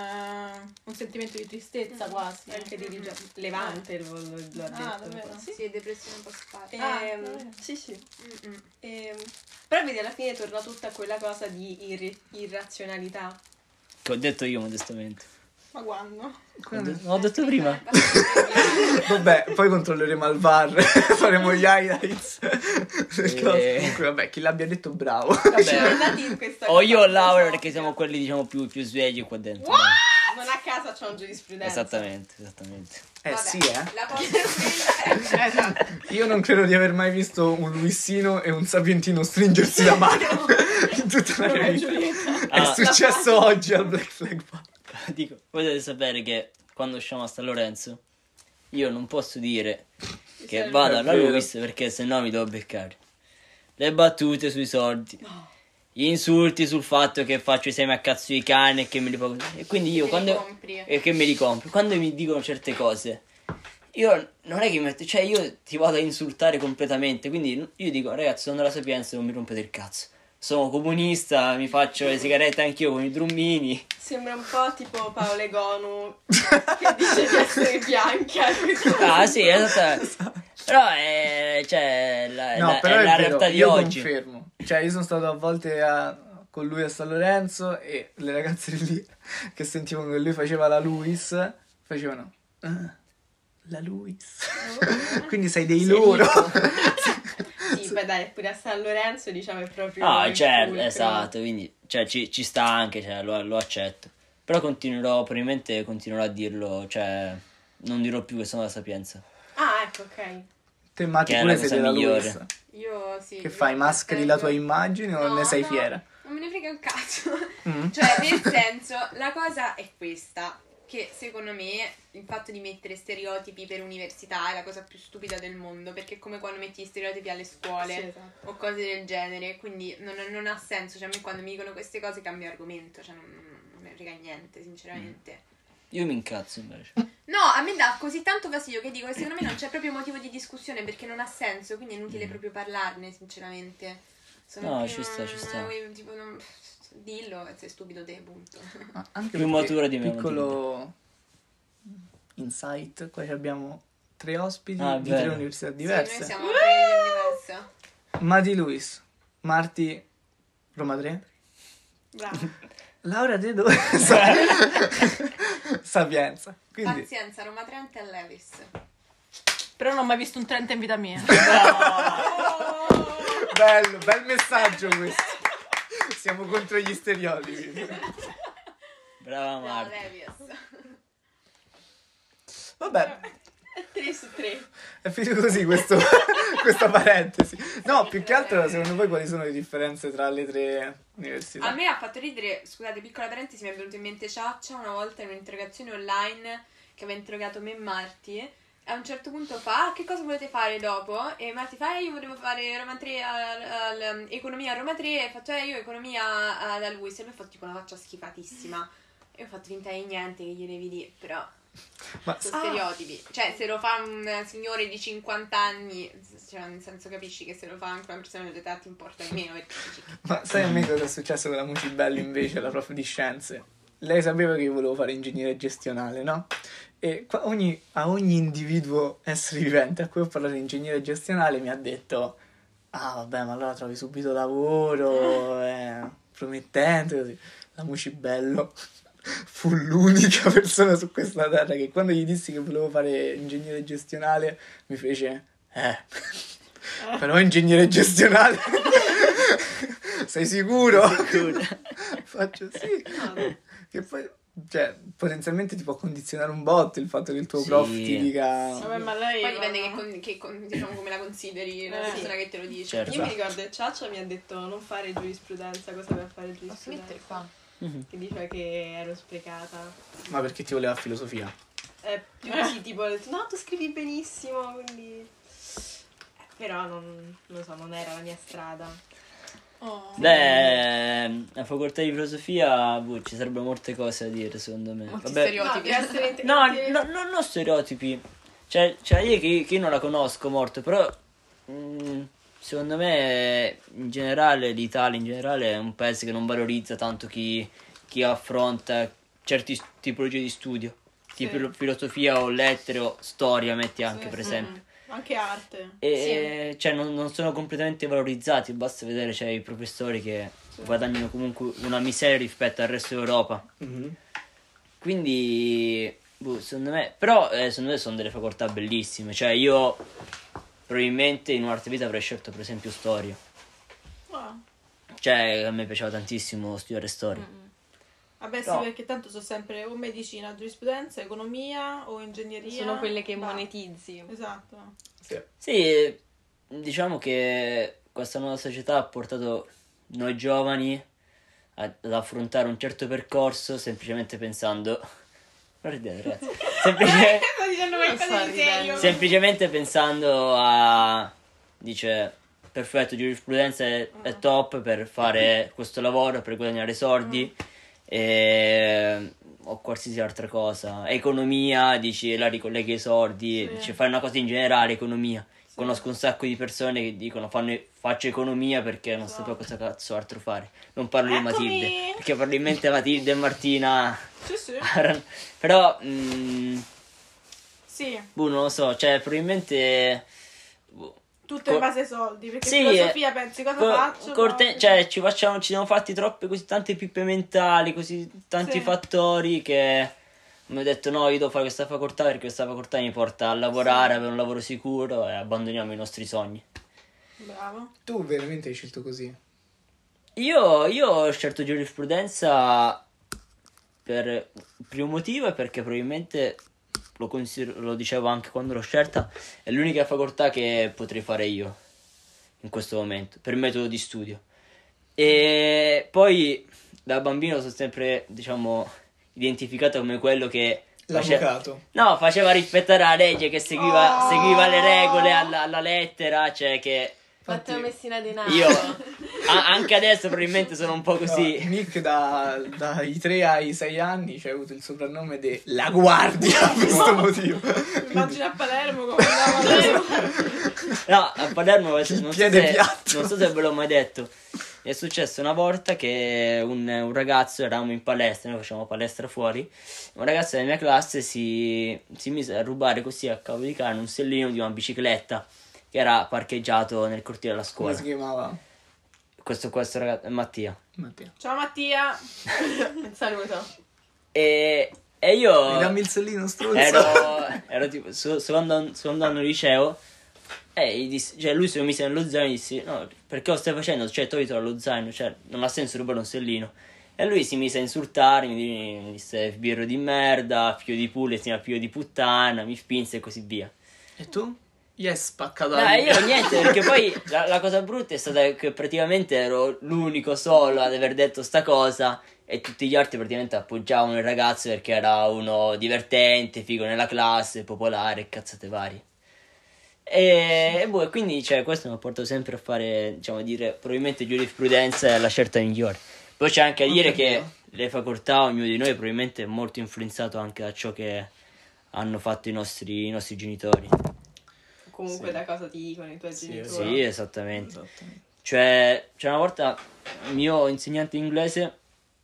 un sentimento di tristezza quasi. Anche di levante lo ha detto. Ah, davvero? Sì, depressione un po' sparsa. Ah, davvero? Sì, sì. Mm-mm. Però vedi, alla fine torna tutta quella cosa di irrazionalità. Che ho detto io modestamente. Ma quando? Ho detto prima. Vabbè, poi controlleremo al VAR, faremo gli highlights. Comunque, vabbè, chi l'abbia detto bravo. Siamo Vabbè. andati in questa O io o cosa Laura filosofica. perché siamo quelli diciamo più svegli qua dentro. Non a casa c'è un giurisprudenza. Esattamente. Eh Vabbè, sì, La posso Esatto. Io non credo di aver mai visto un Luissino e un Sapientino stringersi la mano in tutta la mia vita. È Ah. successo oggi al Black Flag Bar. Dico, potete sapere che quando usciamo a San Lorenzo io non posso dire che Serve. vado alla È vero. Luis perché sennò mi devo beccare le battute sui soldi, gli insulti sul fatto che faccio i semi a cazzo di cane e che me li pago. E quindi io Te li quando compri. e che me li compro, quando mi dicono certe cose, io non è che mi metto, cioè io ti vado a insultare completamente, quindi io dico ragazzi, sono della Sapienza, non mi rompete il cazzo. Sono comunista, mi faccio le sigarette anch'io con i drummini. Sembra un po' tipo Paolo Egonu che dice di essere bianca. Ah sì, esatto. Però è, cioè, No, però è la è vero, realtà di io oggi. confermo. Cioè, io sono stato a volte con lui a San Lorenzo e le ragazze lì che sentivano che lui faceva la Luis facevano "Ah, la Luis". Quindi sei dei loro. Sì, beh dai, pure a San Lorenzo diciamo è proprio Ah, il certo, fulcro. esatto, quindi cioè, ci sta anche, cioè, lo accetto. Però probabilmente continuerò a dirlo, cioè, non dirò più che sono la Sapienza. Ah, ecco, ok. Te Matti Che è pure la sei cosa della migliore. Luis. Io sì. Che io fai? Mascheri la tua appartengo- immagine o No, ne sei no, fiera? Non me ne frega un cazzo. Mm. Cioè, nel senso, la cosa è questa. Che secondo me il fatto di mettere stereotipi per università è la cosa più stupida del mondo. Perché è come quando metti gli stereotipi alle scuole Sì, esatto. o cose del genere. Quindi non ha senso. Cioè, a me quando mi dicono queste cose cambio argomento. Cioè, non me ne frega niente, sinceramente. Io mi incazzo invece. No, a me dà così tanto fastidio che dico che secondo me non c'è proprio motivo di discussione perché non ha senso, quindi è inutile proprio parlarne, sinceramente. No, più- ci sta, ci sta. Tipo, dillo, sei stupido te, punto. Ma anche Più perché, matura di me, piccolo insight, qua abbiamo 3 ospiti Ah, di bello. 3 università Sì, diverse. noi siamo diverse. Mati Luis, Marti Roma 3, Bravo. Laura te dove? Sapienza. Quindi Pazienza, Roma Trento e Levis. Però non ho mai visto un Trento in vita mia. bello, bel messaggio questo. Siamo contro gli stereotipi. Brava No, Marta. Levis. Vabbè, 3 su 3. è finito così questa parentesi. No, più che altro secondo voi quali sono le differenze tra le 3 università? A me ha fatto ridere, scusate, piccola parentesi, mi è venuto in mente Ciaccia una volta in un'interrogazione online che aveva interrogato me e Marti. E a un certo punto fa, che cosa volete fare dopo? E Marti fa, io volevo fare Roma 3 economia a Roma 3 e faccio, io economia da Luis. E lui ha fatto tipo una faccia schifatissima. E ho fatto finta di niente che gli devi dire, però Ma sono stereotipi. Cioè, se lo fa un signore di 50 anni, cioè, nel senso capisci che se lo fa anche una persona di età ti importa di meno perché dici, Ma sai a me cosa è successo con la Mucibelli invece, la prof di scienze? Lei sapeva che io volevo fare ingegneria gestionale, no? E a ogni individuo essere vivente a cui ho parlato di ingegneria gestionale mi ha detto ah vabbè, ma allora trovi subito lavoro, è promettente, così. La Mucibello fu l'unica persona su questa terra che quando gli dissi che volevo fare ingegneria gestionale mi fece però ingegnere gestionale sei sicuro? Faccio sì. Che poi, cioè, potenzialmente ti può condizionare un botto il fatto che il tuo Sì. prof ti dica Vabbè, ma lei... poi dipende diciamo come la consideri la Sì. persona che te lo dice. Certo. Io mi ricordo che Ciaccia mi ha detto non fare giurisprudenza, cosa per fare Posso mettere giurisprudenza? qua? Che diceva che ero sprecata. ma perché ti voleva filosofia? Più così, tipo, ho detto, no, tu scrivi benissimo, quindi... Però non lo so, non era la mia strada. Oh. Beh, a facoltà di filosofia ci sarebbero molte cose da dire, secondo me. Molti Vabbè, stereotipi. No, deve essere non stereotipi. Cioè io che io non la conosco molto, però secondo me in generale l'Italia in generale è un paese che non valorizza tanto chi affronta certe tipologie di studio. Tipo filosofia o lettere o storia, metti anche per esempio. Anche arte. E cioè non sono completamente valorizzati, basta vedere cioè, i professori che guadagnano comunque una miseria rispetto al resto d'Europa. Quindi secondo me sono delle facoltà bellissime, cioè io probabilmente in un'altra vita avrei scelto per esempio storia, Ah. cioè a me piaceva tantissimo studiare storia. Vabbè sì, No. perché tanto sono sempre o medicina, giurisprudenza, economia o ingegneria. Sono quelle che Va. monetizzi. Esatto. Sì, diciamo che questa nuova società ha portato noi giovani ad affrontare un certo percorso semplicemente pensando non ridete ragazzi dicendo Non qualcosa sto di serio. ridendo. Semplicemente pensando a... Dice, perfetto, giurisprudenza è top per fare questo lavoro, per guadagnare soldi o qualsiasi altra cosa. Economia, dici, la ricolleghi ai soldi, Sì. dici, fai una cosa in generale, economia. Conosco un sacco di persone che dicono faccio economia perché non sapevo cosa cazzo altro fare. Non parlo di Eccomi! Matilde, perché probabilmente Matilde e Martina... Sì, sì. Però... Sì, non lo so, cioè probabilmente... tutto in base ai soldi, perché Sì, filosofia pensi cosa faccio? poi- cioè ci siamo fatti troppe così tante pippe mentali, così tanti Sì. fattori che mi ho detto no, io devo fare questa facoltà perché questa facoltà mi porta a lavorare, avere un lavoro sicuro e abbandoniamo i nostri sogni. Bravo. Tu veramente hai scelto così? Io ho scelto giurisprudenza per il primo motivo è perché probabilmente lo dicevo anche quando l'ho scelta, è l'unica facoltà che potrei fare io in questo momento, per metodo di studio. E poi da bambino sono sempre, diciamo, identificato come quello che faceva rispettare la legge, che seguiva le regole alla lettera, cioè che Matteo Messina Denaro. io anche adesso probabilmente sono un po' così. No, Nick dai 3 ai 6 anni c'ha avuto il soprannome di La Guardia per questo motivo. Immagina a Palermo come andava a Palermo. No, a Palermo piede piatto. non so se ve l'ho mai detto. È successo una volta che un ragazzo, eravamo in palestra, noi facciamo palestra fuori, un ragazzo della mia classe si mise a rubare così a capo di cane un sellino di una bicicletta che era parcheggiato nel cortile della Come scuola. si chiamava? Questo ragazzo è Mattia. Mattia. Ciao Mattia. Un saluto. E io Dammi il sellino struzzo. ero tipo secondo anno al liceo e gli dissi, cioè lui se lo mise nello zaino e gli dissi no, perché lo stai facendo? Cioè toglitelo dallo zaino, cioè non ha senso rubare un sellino. E lui si mise a insultarmi, mi disse birro di merda, figlio di pullets, figlio di puttana, mi spinse e così via. E tu? Yes, spaccata. Dai, io niente, perché poi la cosa brutta è stata che praticamente ero l'unico solo ad aver detto sta cosa e tutti gli altri praticamente appoggiavano il ragazzo perché era uno divertente, figo nella classe, popolare e cazzate varie. E quindi cioè, questo mi ha portato sempre a fare, diciamo, dire probabilmente giurisprudenza è la scelta migliore. Poi c'è anche a dire che le facoltà, ognuno di noi probabilmente è molto influenzato anche da ciò che hanno fatto i nostri genitori. Comunque da cosa ti dicono i tuoi genitori. Sì, esattamente. Cioè, c'è una volta il mio insegnante inglese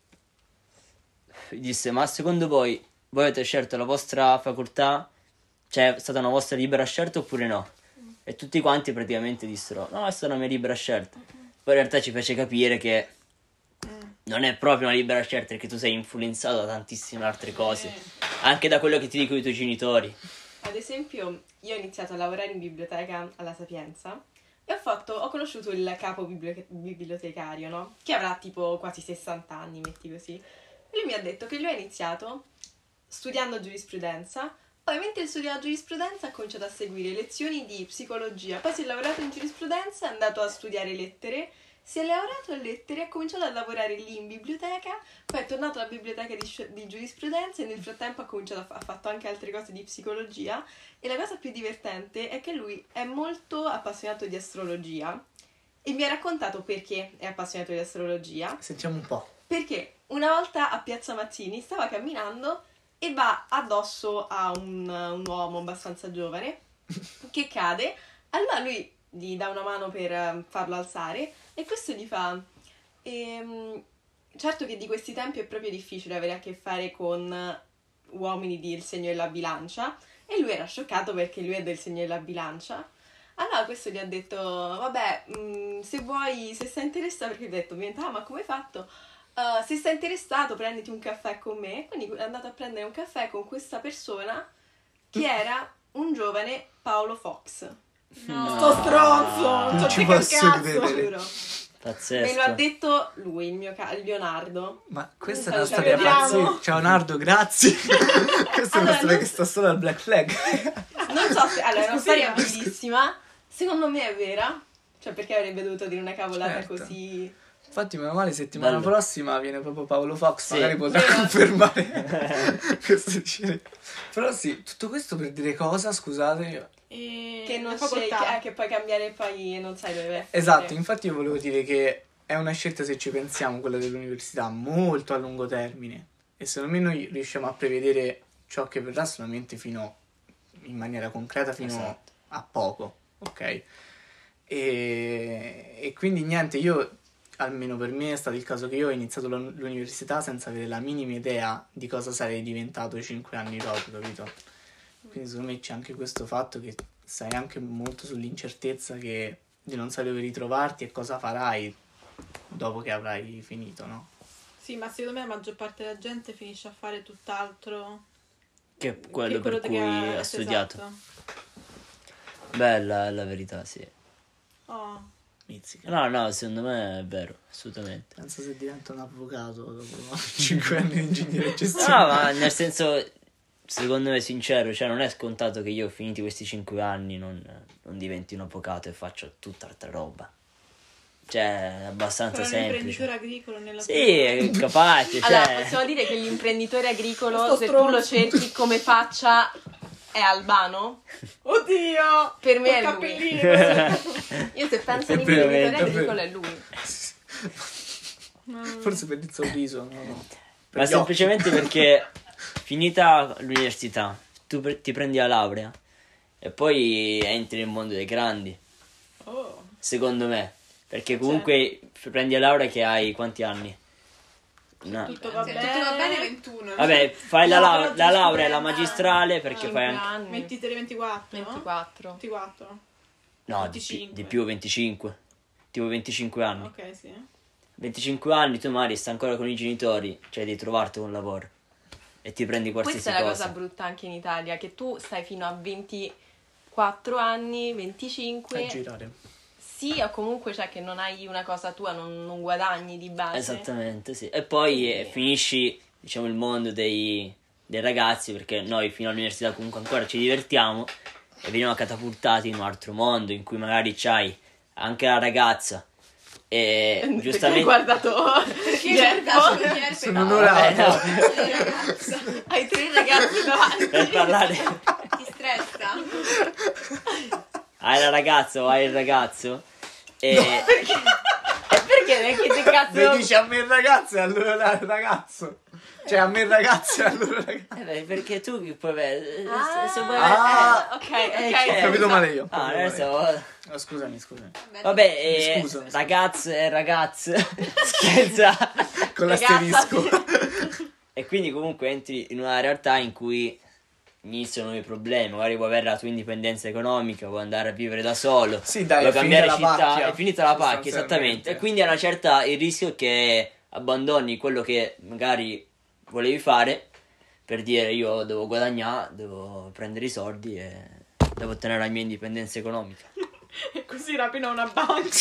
disse: ma secondo voi avete scelto la vostra facoltà? Cioè, è stata una vostra libera scelta oppure no? E tutti quanti praticamente dissero: no, è stata una mia libera scelta. Poi in realtà ci fece capire che non è proprio una libera scelta, perché tu sei influenzato da tantissime altre cose, anche da quello che ti dicono i tuoi genitori. Ad esempio, io ho iniziato a lavorare in biblioteca alla Sapienza e ho conosciuto il capo bibliotecario, no? Che avrà tipo quasi 60 anni, metti così. E lui mi ha detto che lui ha iniziato studiando giurisprudenza, poi mentre studiava giurisprudenza ha cominciato a seguire lezioni di psicologia, poi si è laureato in giurisprudenza, è andato a studiare lettere, si è laureato in lettere, ha cominciato a lavorare lì in biblioteca, poi è tornato alla biblioteca di giurisprudenza e nel frattempo ha fatto anche altre cose di psicologia. E la cosa più divertente è che lui è molto appassionato di astrologia e mi ha raccontato perché è appassionato di astrologia. Sentiamo un po'. Perché una volta a Piazza Mazzini stava camminando e va addosso a un uomo abbastanza giovane che cade. Allora lui gli dà una mano per farlo alzare e questo gli fa certo che di questi tempi è proprio difficile avere a che fare con uomini del segno della bilancia, e lui era scioccato perché lui è del segno della bilancia. Allora questo gli ha detto vabbè, se vuoi, se sei interessato, perché gli ha detto ma come hai fatto? Se sei interessato prenditi un caffè con me. Quindi è andato a prendere un caffè con questa persona che era un giovane Paolo Fox. No. Sto stronzo! Non Non ci ci posso credere. Giuro. Pazzesco. Me lo ha detto lui, il mio Leonardo. Ma questa è Ci una storia vediamo. pazzesca. Ciao Nardo, grazie. Questa è una Allora, storia non che sta solo al Black Flag. Non so se... Allora, è una storia Esclusiva. bellissima. Secondo me è vera. Cioè, perché avrebbe dovuto dire una cavolata Certo. così... Infatti, meno male, settimana Bello. prossima viene proprio Paolo Fox, Sì. magari potrà confermare questo dicevo. Però sì, tutto questo per dire cosa, scusate? E Che non la sai, facoltà. che puoi cambiare e poi non sai dove vai. Esatto, infatti io volevo dire che è una scelta, se ci pensiamo, quella dell'università, molto a lungo termine. E secondo me noi riusciamo a prevedere ciò che verrà solamente in maniera concreta, fino Esatto. a poco, ok? E quindi niente, io, almeno per me, è stato il caso che io ho iniziato l'università senza avere la minima idea di cosa sarei diventato 5 anni dopo, capito? Quindi secondo me c'è anche questo fatto che sai anche molto sull'incertezza di non sapere dove ritrovarti e cosa farai dopo che avrai finito, no? Sì, ma secondo me la maggior parte della gente finisce a fare tutt'altro Che quello per che cui ha studiato. esatto. Bella la verità, sì. Oh. Mizzica. No, secondo me è vero, assolutamente. Penso se divento un avvocato dopo 5 anni di ingegneria e gestione. No, ma nel senso, secondo me sincero, cioè non è scontato che io finiti questi 5 anni non diventi un avvocato e faccio tutta altra roba. Cioè, è abbastanza Però un semplice. imprenditore agricolo nella Sì, è capace, Allora, cioè... possiamo dire che l'imprenditore agricolo, Sto se tu lo stronzo. cerchi come faccia, è Albano? Oddio! Per me Col è lui. cappellino. Io se penso È a un vero, imprenditore è vero. agricolo è lui. Forse per il sorriso, no? Per Ma gli semplicemente perché finita l'università, ti prendi la laurea e poi entri nel mondo dei grandi, Oh. secondo me. Perché comunque prendi la laurea che hai quanti anni? No. Tutto va Se bene. tutto va bene, 21. Vabbè, fai No, la però laurea e la giusto per- magistrale perché 5 fai anche... anni. 23, 24? 24. 24. No, 25. di più 25. Tipo 25 anni. Ok, sì. 25 anni tu magari stai ancora con i genitori, cioè devi trovarti un lavoro e ti prendi qualsiasi Questa è la cosa. cosa brutta anche in Italia, che tu stai fino a 24 anni, 25, A girare. sì, o comunque cioè che non hai una cosa tua, non guadagni di base. Esattamente, sì. E poi finisci, diciamo, il mondo dei ragazzi, perché noi fino all'università comunque ancora ci divertiamo e veniamo catapultati in un altro mondo in cui magari c'hai anche la ragazza e Perché hai giustamente... guardato Gerpo? Sono No, onorato. vabbè, no, Hai 3 ragazzi davanti. per parlare... Ti stressa? Hai la ragazza o hai il ragazzo e... Perché che ti cazzo? Se dici a me il ragazzo e allora il ragazzo. Cioè a me il ragazzo e allora il ragazzo. beh, perché tu che puoi avere... se vuoi Ah. Ok, certo. Ho capito male io. ho Ah, capito adesso... male io. Oh, scusami. Vabbè, Mi scuso. ragazze e ragazze, scherza. Con Ragazza. l'asterisco. E quindi comunque entri in una realtà in cui iniziano i problemi, magari vuoi avere la tua indipendenza economica, vuoi andare a vivere da solo, Sì, dai, vuoi è cambiare finita la città, pacchia, è finita la pacchia, sostanzialmente. esattamente. E quindi a una certa il rischio è che abbandoni quello che magari volevi fare per dire io devo guadagnare, devo prendere i soldi e devo ottenere la mia indipendenza economica. E così rapina una banca.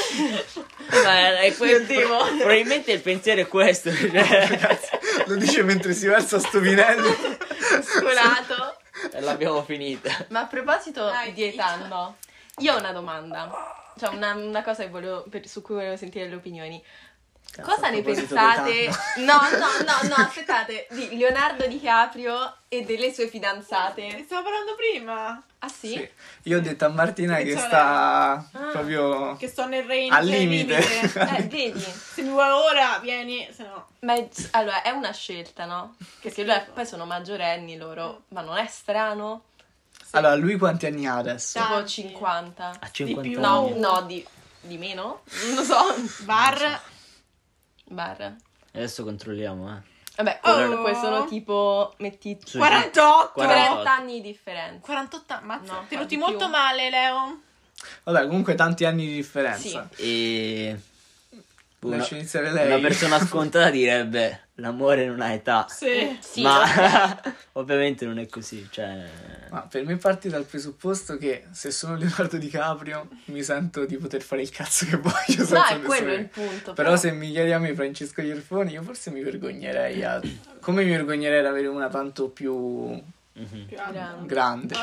Ma è probabilmente il pensiero è questo. Cioè, Lo dice mentre si versa sto vinello. Scolato. e l'abbiamo finita. Ma a proposito Dai, di età, no? Io ho una domanda. Cioè una cosa che su cui volevo sentire le opinioni. Cosa a ne proposito pensate? d'età. No, aspettate, di Leonardo DiCaprio e delle sue Ne fidanzate. stavo parlando prima. Ah sì? Sì. Io ho detto a Martina che Attenzione. sta proprio Che sto nel range. al limite. Vedi? Se mi vuoi ora, vieni. Se no. Ma allora è una scelta, no? Perché poi sono maggiorenni loro, ma non è strano? Allora, lui quanti anni ha adesso? Tipo Tanti. 50. A 50 più. No, anni. no, di meno? Non lo so. Bar. Barra. Adesso controlliamo, Vabbè, Oh. poi sono tipo, metti Su- 48. 48. 30 anni di differenza. 48 anni. Mazza, No, tenuti di molto più. male, Leo. Vabbè, comunque tanti anni di differenza. E Lascia iniziare lei. una persona scontata direbbe l'amore non ha età. Sì. Sì, Ma ovviamente non è così, cioè... Ma per me parti dal presupposto che se sono Leonardo DiCaprio mi sento di poter fare il cazzo che voglio senza no, è nessuno quello che- il punto. Però se mi chiedi a me Francesco Ierfoni, io forse mi vergognerei come mi vergognerei ad avere una tanto più Mhm. Più alto. grande.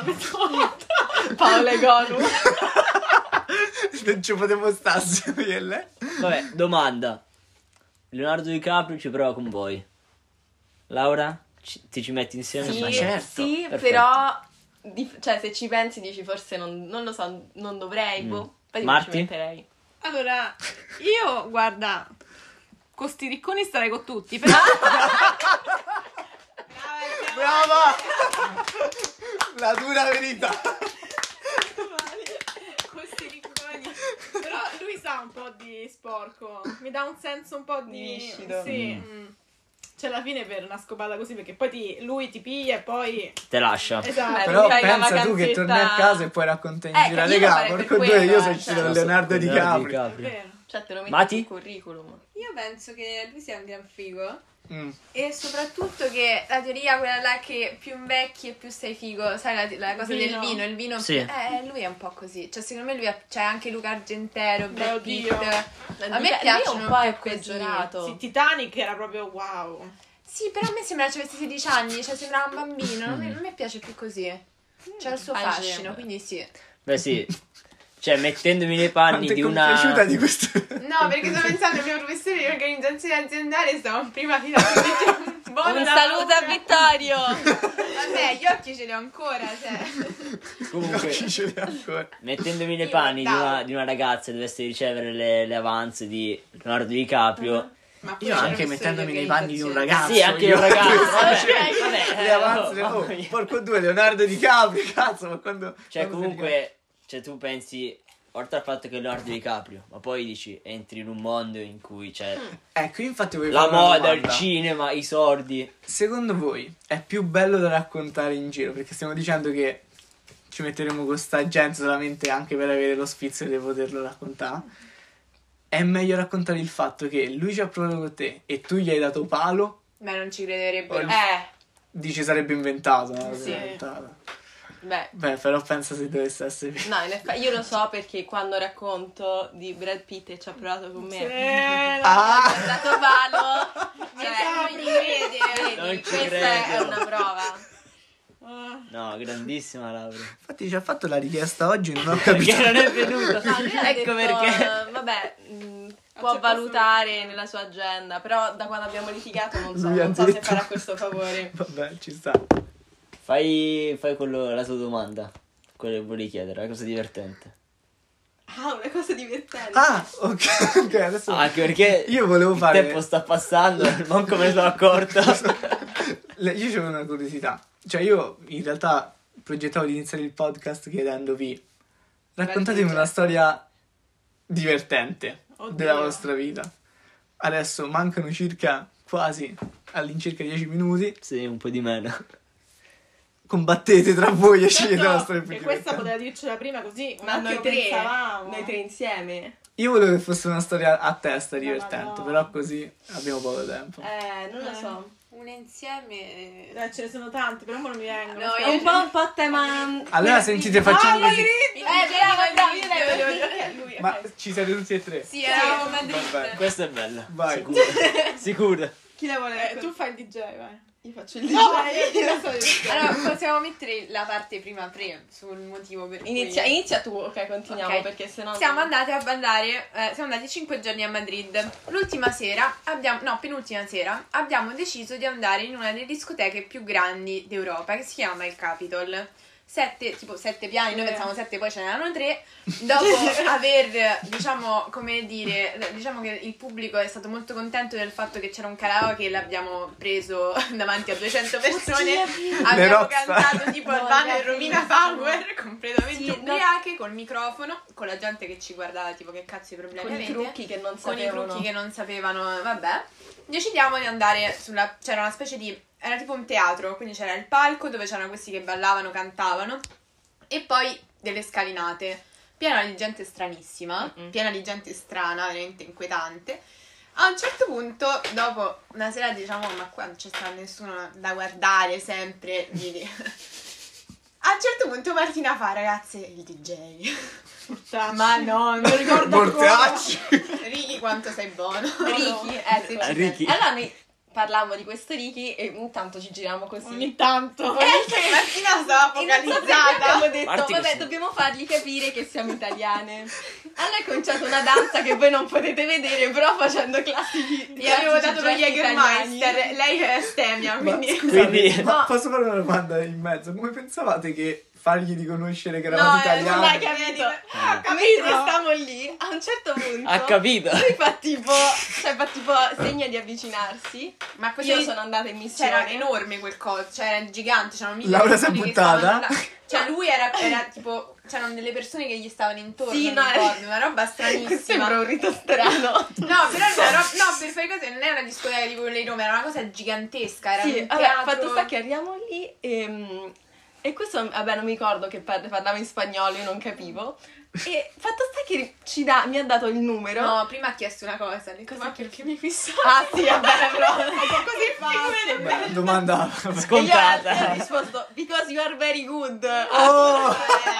Paolo e Gonu. Non ci potevo stare io e lei. Vabbè, domanda. Leonardo DiCaprio ci prova con voi. Laura? Ti ci metti insieme? Sì, Ma certo. sì, Perfetto. però cioè se ci pensi dici forse non lo so, non dovrei, boh. Poi Marti? ci metterei. Allora, io, guarda, con sti ricconi starei con tutti, però... Brava! La dura verità. Con sti ricconi. Però lui sa un po' di sporco, mi dà un senso un po' di... viscido. Sì. Cioè alla fine per una scopata così, perché poi lui ti piglia e poi... Te lascia. Esatto. Però fai la pensa tu che vacanzetta- torni a casa e poi racconta in giro. io lo Raga, farei per porco due, quello, io sono cioè. uscito con Leonardo DiCaprio. È vero. Cioè te lo metti Mati? sul curriculum. Io penso che lui sia un gran figo. Mm. E soprattutto che la teoria quella là che più invecchi e più sei figo, sai la cosa del Vino. vino, il vino Sì. lui è un po' così. Cioè secondo me lui c'è anche Luca Argentero, Brad Pitt. oddio. A me Lui piacciono un po' è più così. peggiorato. Sì, Titanic era proprio wow. Sì, però a me sembra che avesse 16 anni, cioè sembrava un bambino, non mi piace più così. C'ha il suo Hai fascino, ragione. quindi sì. Beh sì. Cioè, mettendomi nei panni Quanto è di una... compiaciuta di questo. No, perché sto pensando al mio professore di organizzazione aziendale, stavo in prima fila. Un saluto a Vittorio! Vabbè, gli occhi ce li ho ancora, cioè. Comunque, Chi ce l'ha ancora? mettendomi nei Io panni guardavo. di una ragazza che dovesse ricevere le avance di Leonardo DiCaprio... Ma Io anche mettendomi nei panni di un ragazzo. Sì, anche io- un ragazzo. Vabbè, Le avanze, mamma oh, mia. porco due, Leonardo DiCaprio, cazzo, ma quando... Cioè, quando comunque, cioè, tu pensi, oltre al fatto che è Leonardo DiCaprio, ma poi dici, entri in un mondo in cui c'è Ecco, infatti voglio la fare una moda, il domanda. cinema, i sordi. Secondo voi è più bello da raccontare in giro? Perché stiamo dicendo che ci metteremo con sta gente solamente anche per avere lo sfizio di poterlo raccontare. È meglio raccontare il fatto che lui ci ha provato con te e tu gli hai dato palo, Ma non ci crederebbero. dici sarebbe inventato, no? Sì. Inventato. Beh, Beh, però pensa se dovesse essere... no, in effetti io lo so perché quando racconto di Brad Pitt e ci ha provato con me. no. Ah! Mi ha dato palo. Cioè, non gli crede. Non ci Questa credo. è una prova. No, grandissima Laura. Infatti ci ha fatto la richiesta oggi, non ho capito. Perché non è venuto. No, lui ha Ecco detto, perché. Vabbè, può valutare nella sua agenda, però da quando abbiamo litigato non Lui ha so se detto. farà questo favore. Vabbè, ci sta. Fai quello, la tua domanda. Quello che volevi chiedere, la cosa divertente. Ah, una cosa divertente. Ah, ok, ok, adesso... Anche perché Io volevo il fare... tempo sta passando, non come sono accorto. Io c'ho una curiosità. Cioè, io in realtà progettavo di iniziare il podcast chiedendovi: raccontatemi una storia divertente Oddio. della vostra vita. Adesso mancano circa quasi all'incirca 10 minuti. Sì, un po' di meno. Combattete tra voi e scegliete la storia più E questa divertente. poteva dircela prima così, Ma un noi attimo tre, pensavamo. noi tre insieme. Io volevo che fosse una storia a testa divertente, no. però così abbiamo poco tempo. Non lo so. Un insieme. Ce ne sono tanti, però non mi vengono. No, Aspetta. io- Un po' tema. Allora sentite, facciamo così. Bravo, io devo Lui, Ma ci siete tutti e tre? Sì, eravamo a Madrid. Vabbè. Questo è bello. Vai. Sicuro. Sicuro. Chi la vuole? tu fai il DJ, vai. Io faccio il No, io so io. Allora, possiamo mettere la parte prima pre sul motivo per cui... Inizia tu, ok, continuiamo Ok. perché sennò. Siamo andati a ballare, siamo andati 5 giorni a Madrid. L'ultima sera, penultima sera, abbiamo deciso di andare in una delle discoteche più grandi d'Europa, che si chiama il Capitol. 7 piani, noi pensavamo 7, poi ce n'erano 3. Dopo aver, diciamo che il pubblico è stato molto contento del fatto che c'era un karaoke e l'abbiamo preso davanti a 200 persone. Abbiamo rockstar. cantato tipo No, Albano e ragazzi, Romina Power, completamente Sì, ubriache, col microfono, con la gente che ci guardava tipo che cazzo di problemi Con i avete? trucchi che non Con i sapevano. trucchi che non sapevano, vabbè. Decidiamo di andare c'era una specie di... Era tipo un teatro, quindi c'era il palco dove c'erano questi che ballavano, cantavano e poi delle scalinate, piena di gente stranissima, piena di gente strana, veramente inquietante. A un certo punto, dopo una sera diciamo, ma qua non c'è stato nessuno da guardare sempre, a un certo punto Martina fa, ragazze, il DJ. Ma no, non ricordo Mortacci! Ricky quanto sei buono. Ricky, Se ci Ricky. Allora noi parlavamo di questo Ricky e intanto ci giriamo così. Ogni tanto. Martina stava E non so perché focalizzata. abbiamo detto, Parti vabbè, così. dobbiamo fargli capire che siamo italiane. Allora è cominciato una danza che voi non potete vedere, però facendo classici. Gli avevo dato lo gesti Jägermeister, italiani. lei è Stemia, Ma quindi... scusate, Quindi- ma No. posso fare una domanda in mezzo? Come pensavate che fargli riconoscere che No, eravate non italiani? l'hai capito. Mentre stiamo lì, a un certo punto Ha capito? lui fa tipo segno di avvicinarsi. Ma così Io sono andata in missione. c'era enorme quel coso, cioè era gigante, c'erano mille Laura si è persone che buttata? stavano là. Cioè lui era tipo, c'erano delle persone che gli stavano intorno, Sì, non no, ricordo, una roba stranissima. Sembra un rito strano. No, però è una roba, no, per fare cose non è una discoteca tipo quelle di Roma, era una cosa gigantesca, era Sì, un vabbè, teatro. fatto sta che arriviamo lì e questo, vabbè, non mi ricordo che parlava in spagnolo, io non capivo. E fatto sta che mi ha dato il numero. No, prima ha chiesto una cosa, ha detto, ma perché mi fissato? Ah sì, vabbè, però. Così facile. Beh, domanda. E io ho Scontata. risposto, because you are very good. Oh!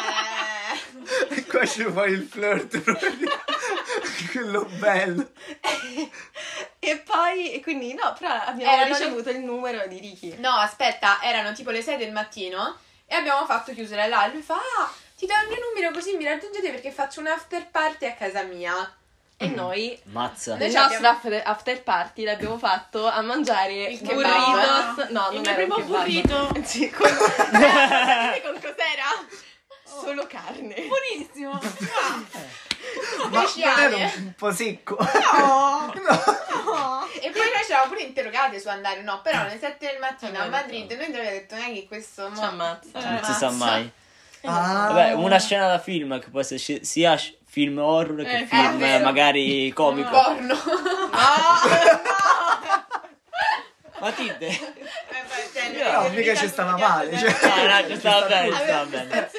Qua esce fuori il flirt proprio. Quello bello. E poi, e quindi no, però abbiamo Erano ricevuto il numero di Ricky. No, aspetta, erano tipo le 6 del mattino e abbiamo fatto chiusura là. E lui fa, ti do il mio numero così mi raggiungete perché faccio un after party a casa mia. E noi Mazza. Noi il ci nostro abbiamo- after party l'abbiamo fatto a mangiare Il burritos. kebab. No, Il non mio era un primo kebab. burrito. Sì, con cos'era? Solo carne. Buonissimo. Ma 10 non era anni. un po' secco? No. E poi noi ci eravamo pure interrogate su andare, no, però alle 7 del mattino a Vabbè, Madrid noi abbiamo detto neanche questo Ci mo... ammazza. Non si sa mai. Ah. Vabbè, una scena da film che può essere sia film horror che film vero. magari comico. porno. Matilde. No, mica ci stava male. Cioè. No, ci stava bene, ci stava bene.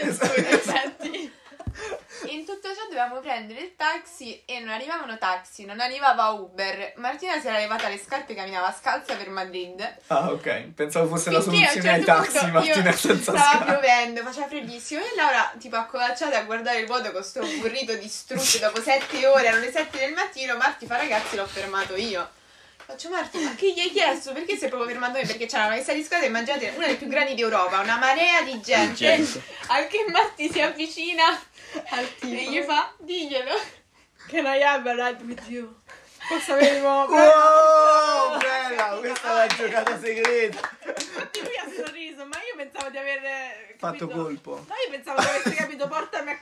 In tutto ciò dovevamo prendere il taxi e non arrivavano taxi, non arrivava Uber. Martina si era levata le scarpe e camminava scalza per Madrid. Ah, ok. Pensavo fosse la Finché a un soluzione ai certo taxi, punto Martina io senza stava scarpe. piovendo, faceva freddissimo e Laura tipo accovacciata a guardare il vuoto con sto burrito distrutto dopo 7 ore, erano le 7 del mattino. Marti fa ragazzi l'ho fermato io. Faccio Marti, ma che gli hai chiesto? Perché sei proprio fermato io? Perché c'era una festa di squadra, immaginate, una delle più grandi d'Europa, una marea di gente. Gente. Anche Marti si avvicina Al tipo. e gli fa, diglielo. Can I have a ride with you? Posso avere il nuovo? Wow, bella, questa è la giocata segreta. Infatti lui ha sorriso, ma io pensavo di aver Fatto capito- colpo. No, io pensavo che avesse capito portami a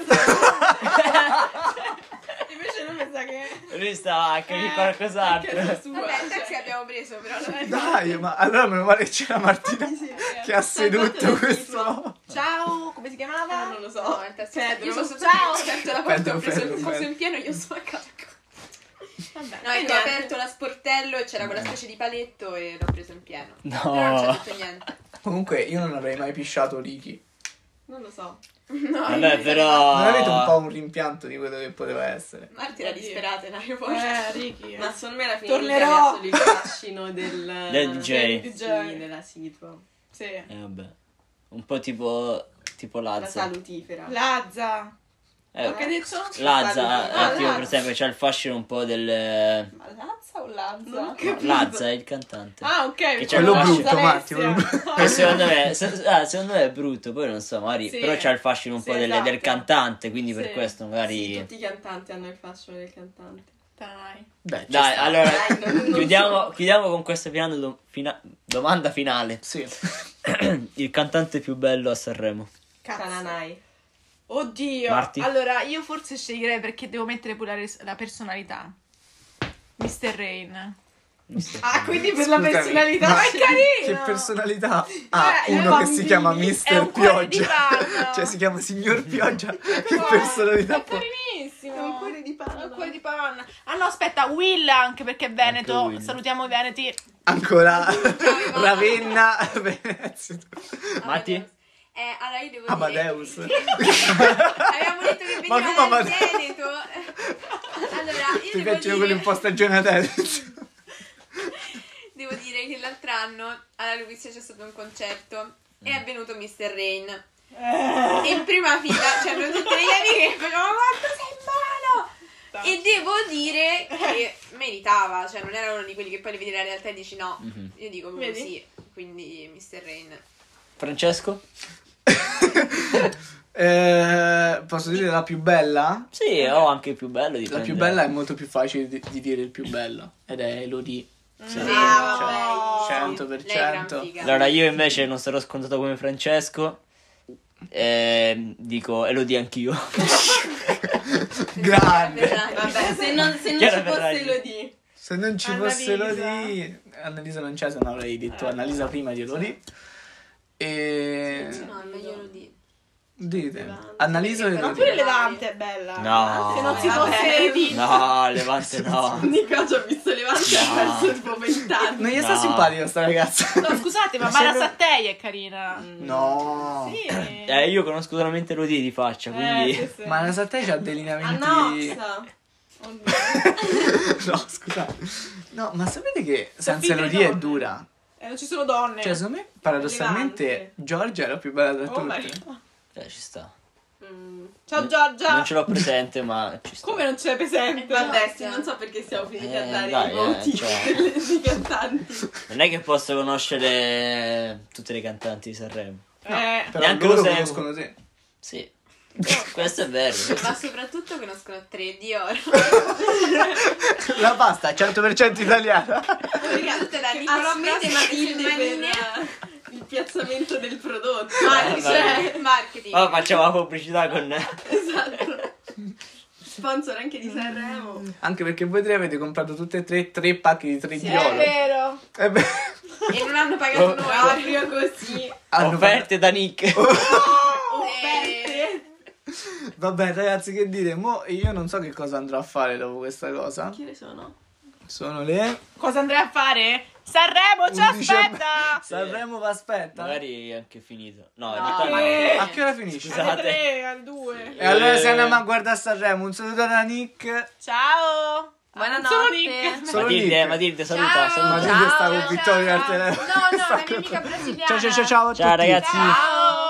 casa. Invece lui pensa che... Lui stava a capire qualcos'altro. Vabbè, il taxi abbiamo preso, però non è Dai, ma allora meno male che c'era Martina che ha sedotto questo. Ciao, come si chiamava? Non lo so. No, il taxi Pedro. io sono stato Ciao. ho aperto la porta, ho preso Pedro, il coso Pedro. in pieno e io sono a cacca. Vabbè. No, io ho aperto la sportello e c'era quella specie di paletto e l'ho preso in pieno. No. Però non c'è detto niente. Comunque io non avrei mai pisciato Ricky. Non lo so. No, Vabbè, però. Non avete un po' un rimpianto di quello che poteva essere? Marti era disperata in aeroporto. Ricky. Ma secondo me alla fine Tornerò. Ricky aveva solo il fascino del DJ. Sì, della situa. Sì. Vabbè. Un po' tipo La Lazza. salutifera. Lazza. Eh, Che hai detto? Lazza, Ah, tipo Lazza. per esempio c'ha il fascino un po' del. Ma Lazza o Lazza? No, Lazza è il cantante. Ah, ok. c'è Quello il brutto, fascino. Marti, quello brutto. E secondo me, secondo me è brutto, poi non so, magari. Sì. Però c'ha il fascino un Sì, po' del esatto. cantante, quindi per Sì. questo Sì, magari. tutti i cantanti hanno il fascino del cantante. Dai. Beh, ci Dai, sta. allora Dai, non chiudiamo con questa domanda finale. Sì. Il cantante più bello a Sanremo. Cazzo. Tananai. Oddio. Marti? Allora, io forse sceglierei perché devo mettere pure la personalità. Mr. Rain. Ah, quindi per la Scusami, personalità. ma Ma è carino! Che personalità ha il uno che si bambino. chiama È Mister un cuore di Pioggia? panna. Cioè si chiama Signor Pioggia. Che personalità È può? carinissimo. È un cuore di panna. È un cuore di panna. Ah no, aspetta, Will anche perché è Veneto. Anche Will. Salutiamo i Veneti. Ancora Ravenna, Venezia. Matti? Allora io devo Amadeus. dire. Abbiamo detto che Ma veniva come dal Amadeus? Veneto. Allora, io Ti devo piacciono quelli un dire, po' stagionatelli? devo dire che l'altro anno alla Luizia c'è stato un concerto e è venuto Mr. Rain. In prima fila c'erano tutte le mie amiche che facevano quanto sei buono! E devo dire che meritava, cioè non era uno di quelli che poi li vedi la realtà e dici no. Io dico proprio Vedi? sì, quindi Mr. Rain. Francesco? Posso dire la più bella? Sì, o anche il più bello, La dipende. più bella è molto più facile di dire il più bello. Ed è Elodie. Sì. Ah, Cioè, vabbè, 100%. lei è gran figa. Allora io invece non sarò scontato come Francesco. Dico Elodie anch'io. Grande. Vabbè, se non ci Chiara fosse Ferragni. Elodie. Se non ci Annalisa. fosse Elodie, Annalisa non c'è, se no avrei detto Annalisa prima di Elodie. E No, è meglio lo di. dite Annalisa o Ma Elodie? pure Levante è bella. No. Se non si Vabbè. fosse Elodie. No, Levante no. Nico ci ho visto Levante e ha No. perso tipo 20 anni. Non gli sta No. simpatica sta ragazza. No, scusate, ma Ma Mara se non- Sattei è carina. No. Sì. Io conosco solamente Elodie di faccia, quindi... sì, sì. Ma la Sattei c'ha dei lineamenti. Annoxa. No, scusate. No, ma sapete che senza figlia di Elodie è donne. dura? Non ci sono donne. Cioè, secondo me, paradossalmente, Levante. Giorgia è la più bella tra Oh, Maria. tutte. Ci sta. Ciao Giorgia. Non ce l'ho presente, ma ci sta. Come non ce l'hai presente? Vabbè, sì, non so perché siamo finiti a dare dai, i voti cioè. dei cantanti. Non è che posso conoscere tutte le cantanti di Sanremo. Però Neanche loro lo seguo. conoscono te. Sì. Questo è vero. Ma soprattutto conoscono 3 di oro. La pasta è 100% italiana. Tutte da Nicolò Aspetta Matilde Matilde per il piazzamento del prodotto. Marketing. Oh, facciamo la pubblicità con... Esatto. Sponsor anche di Sanremo. Anche perché voi tre avete comprato tutte e tre pacchi di 3 di È oro. vero. Eh beh, E non hanno pagato noi. Proprio così. hanno Offerte da Nick. Offerte. Vabbè, ragazzi, che dire? Mo io non so che cosa andrò a fare dopo questa cosa. Che ore sono? Sono le Cosa andrai a fare? Sanremo ci 11 aspetta. Sanremo vi aspetta. Magari è anche finito. No, in No, realtà ma no. A che ora finisce? Scusate. Alle 3, al 2. E allora se andiamo a guardare Sanremo, un saluto da Nick. Ciao. Buonanotte. Solo Nick. Solo Matilde, Nick. Matilde, saluta. Ciao. saluta. Matilde sta con Vittorio al telefono. No, la mia amica brasiliana. Ciao ciao ciao ciao a Ciao, tutti. ragazzi. Ciao.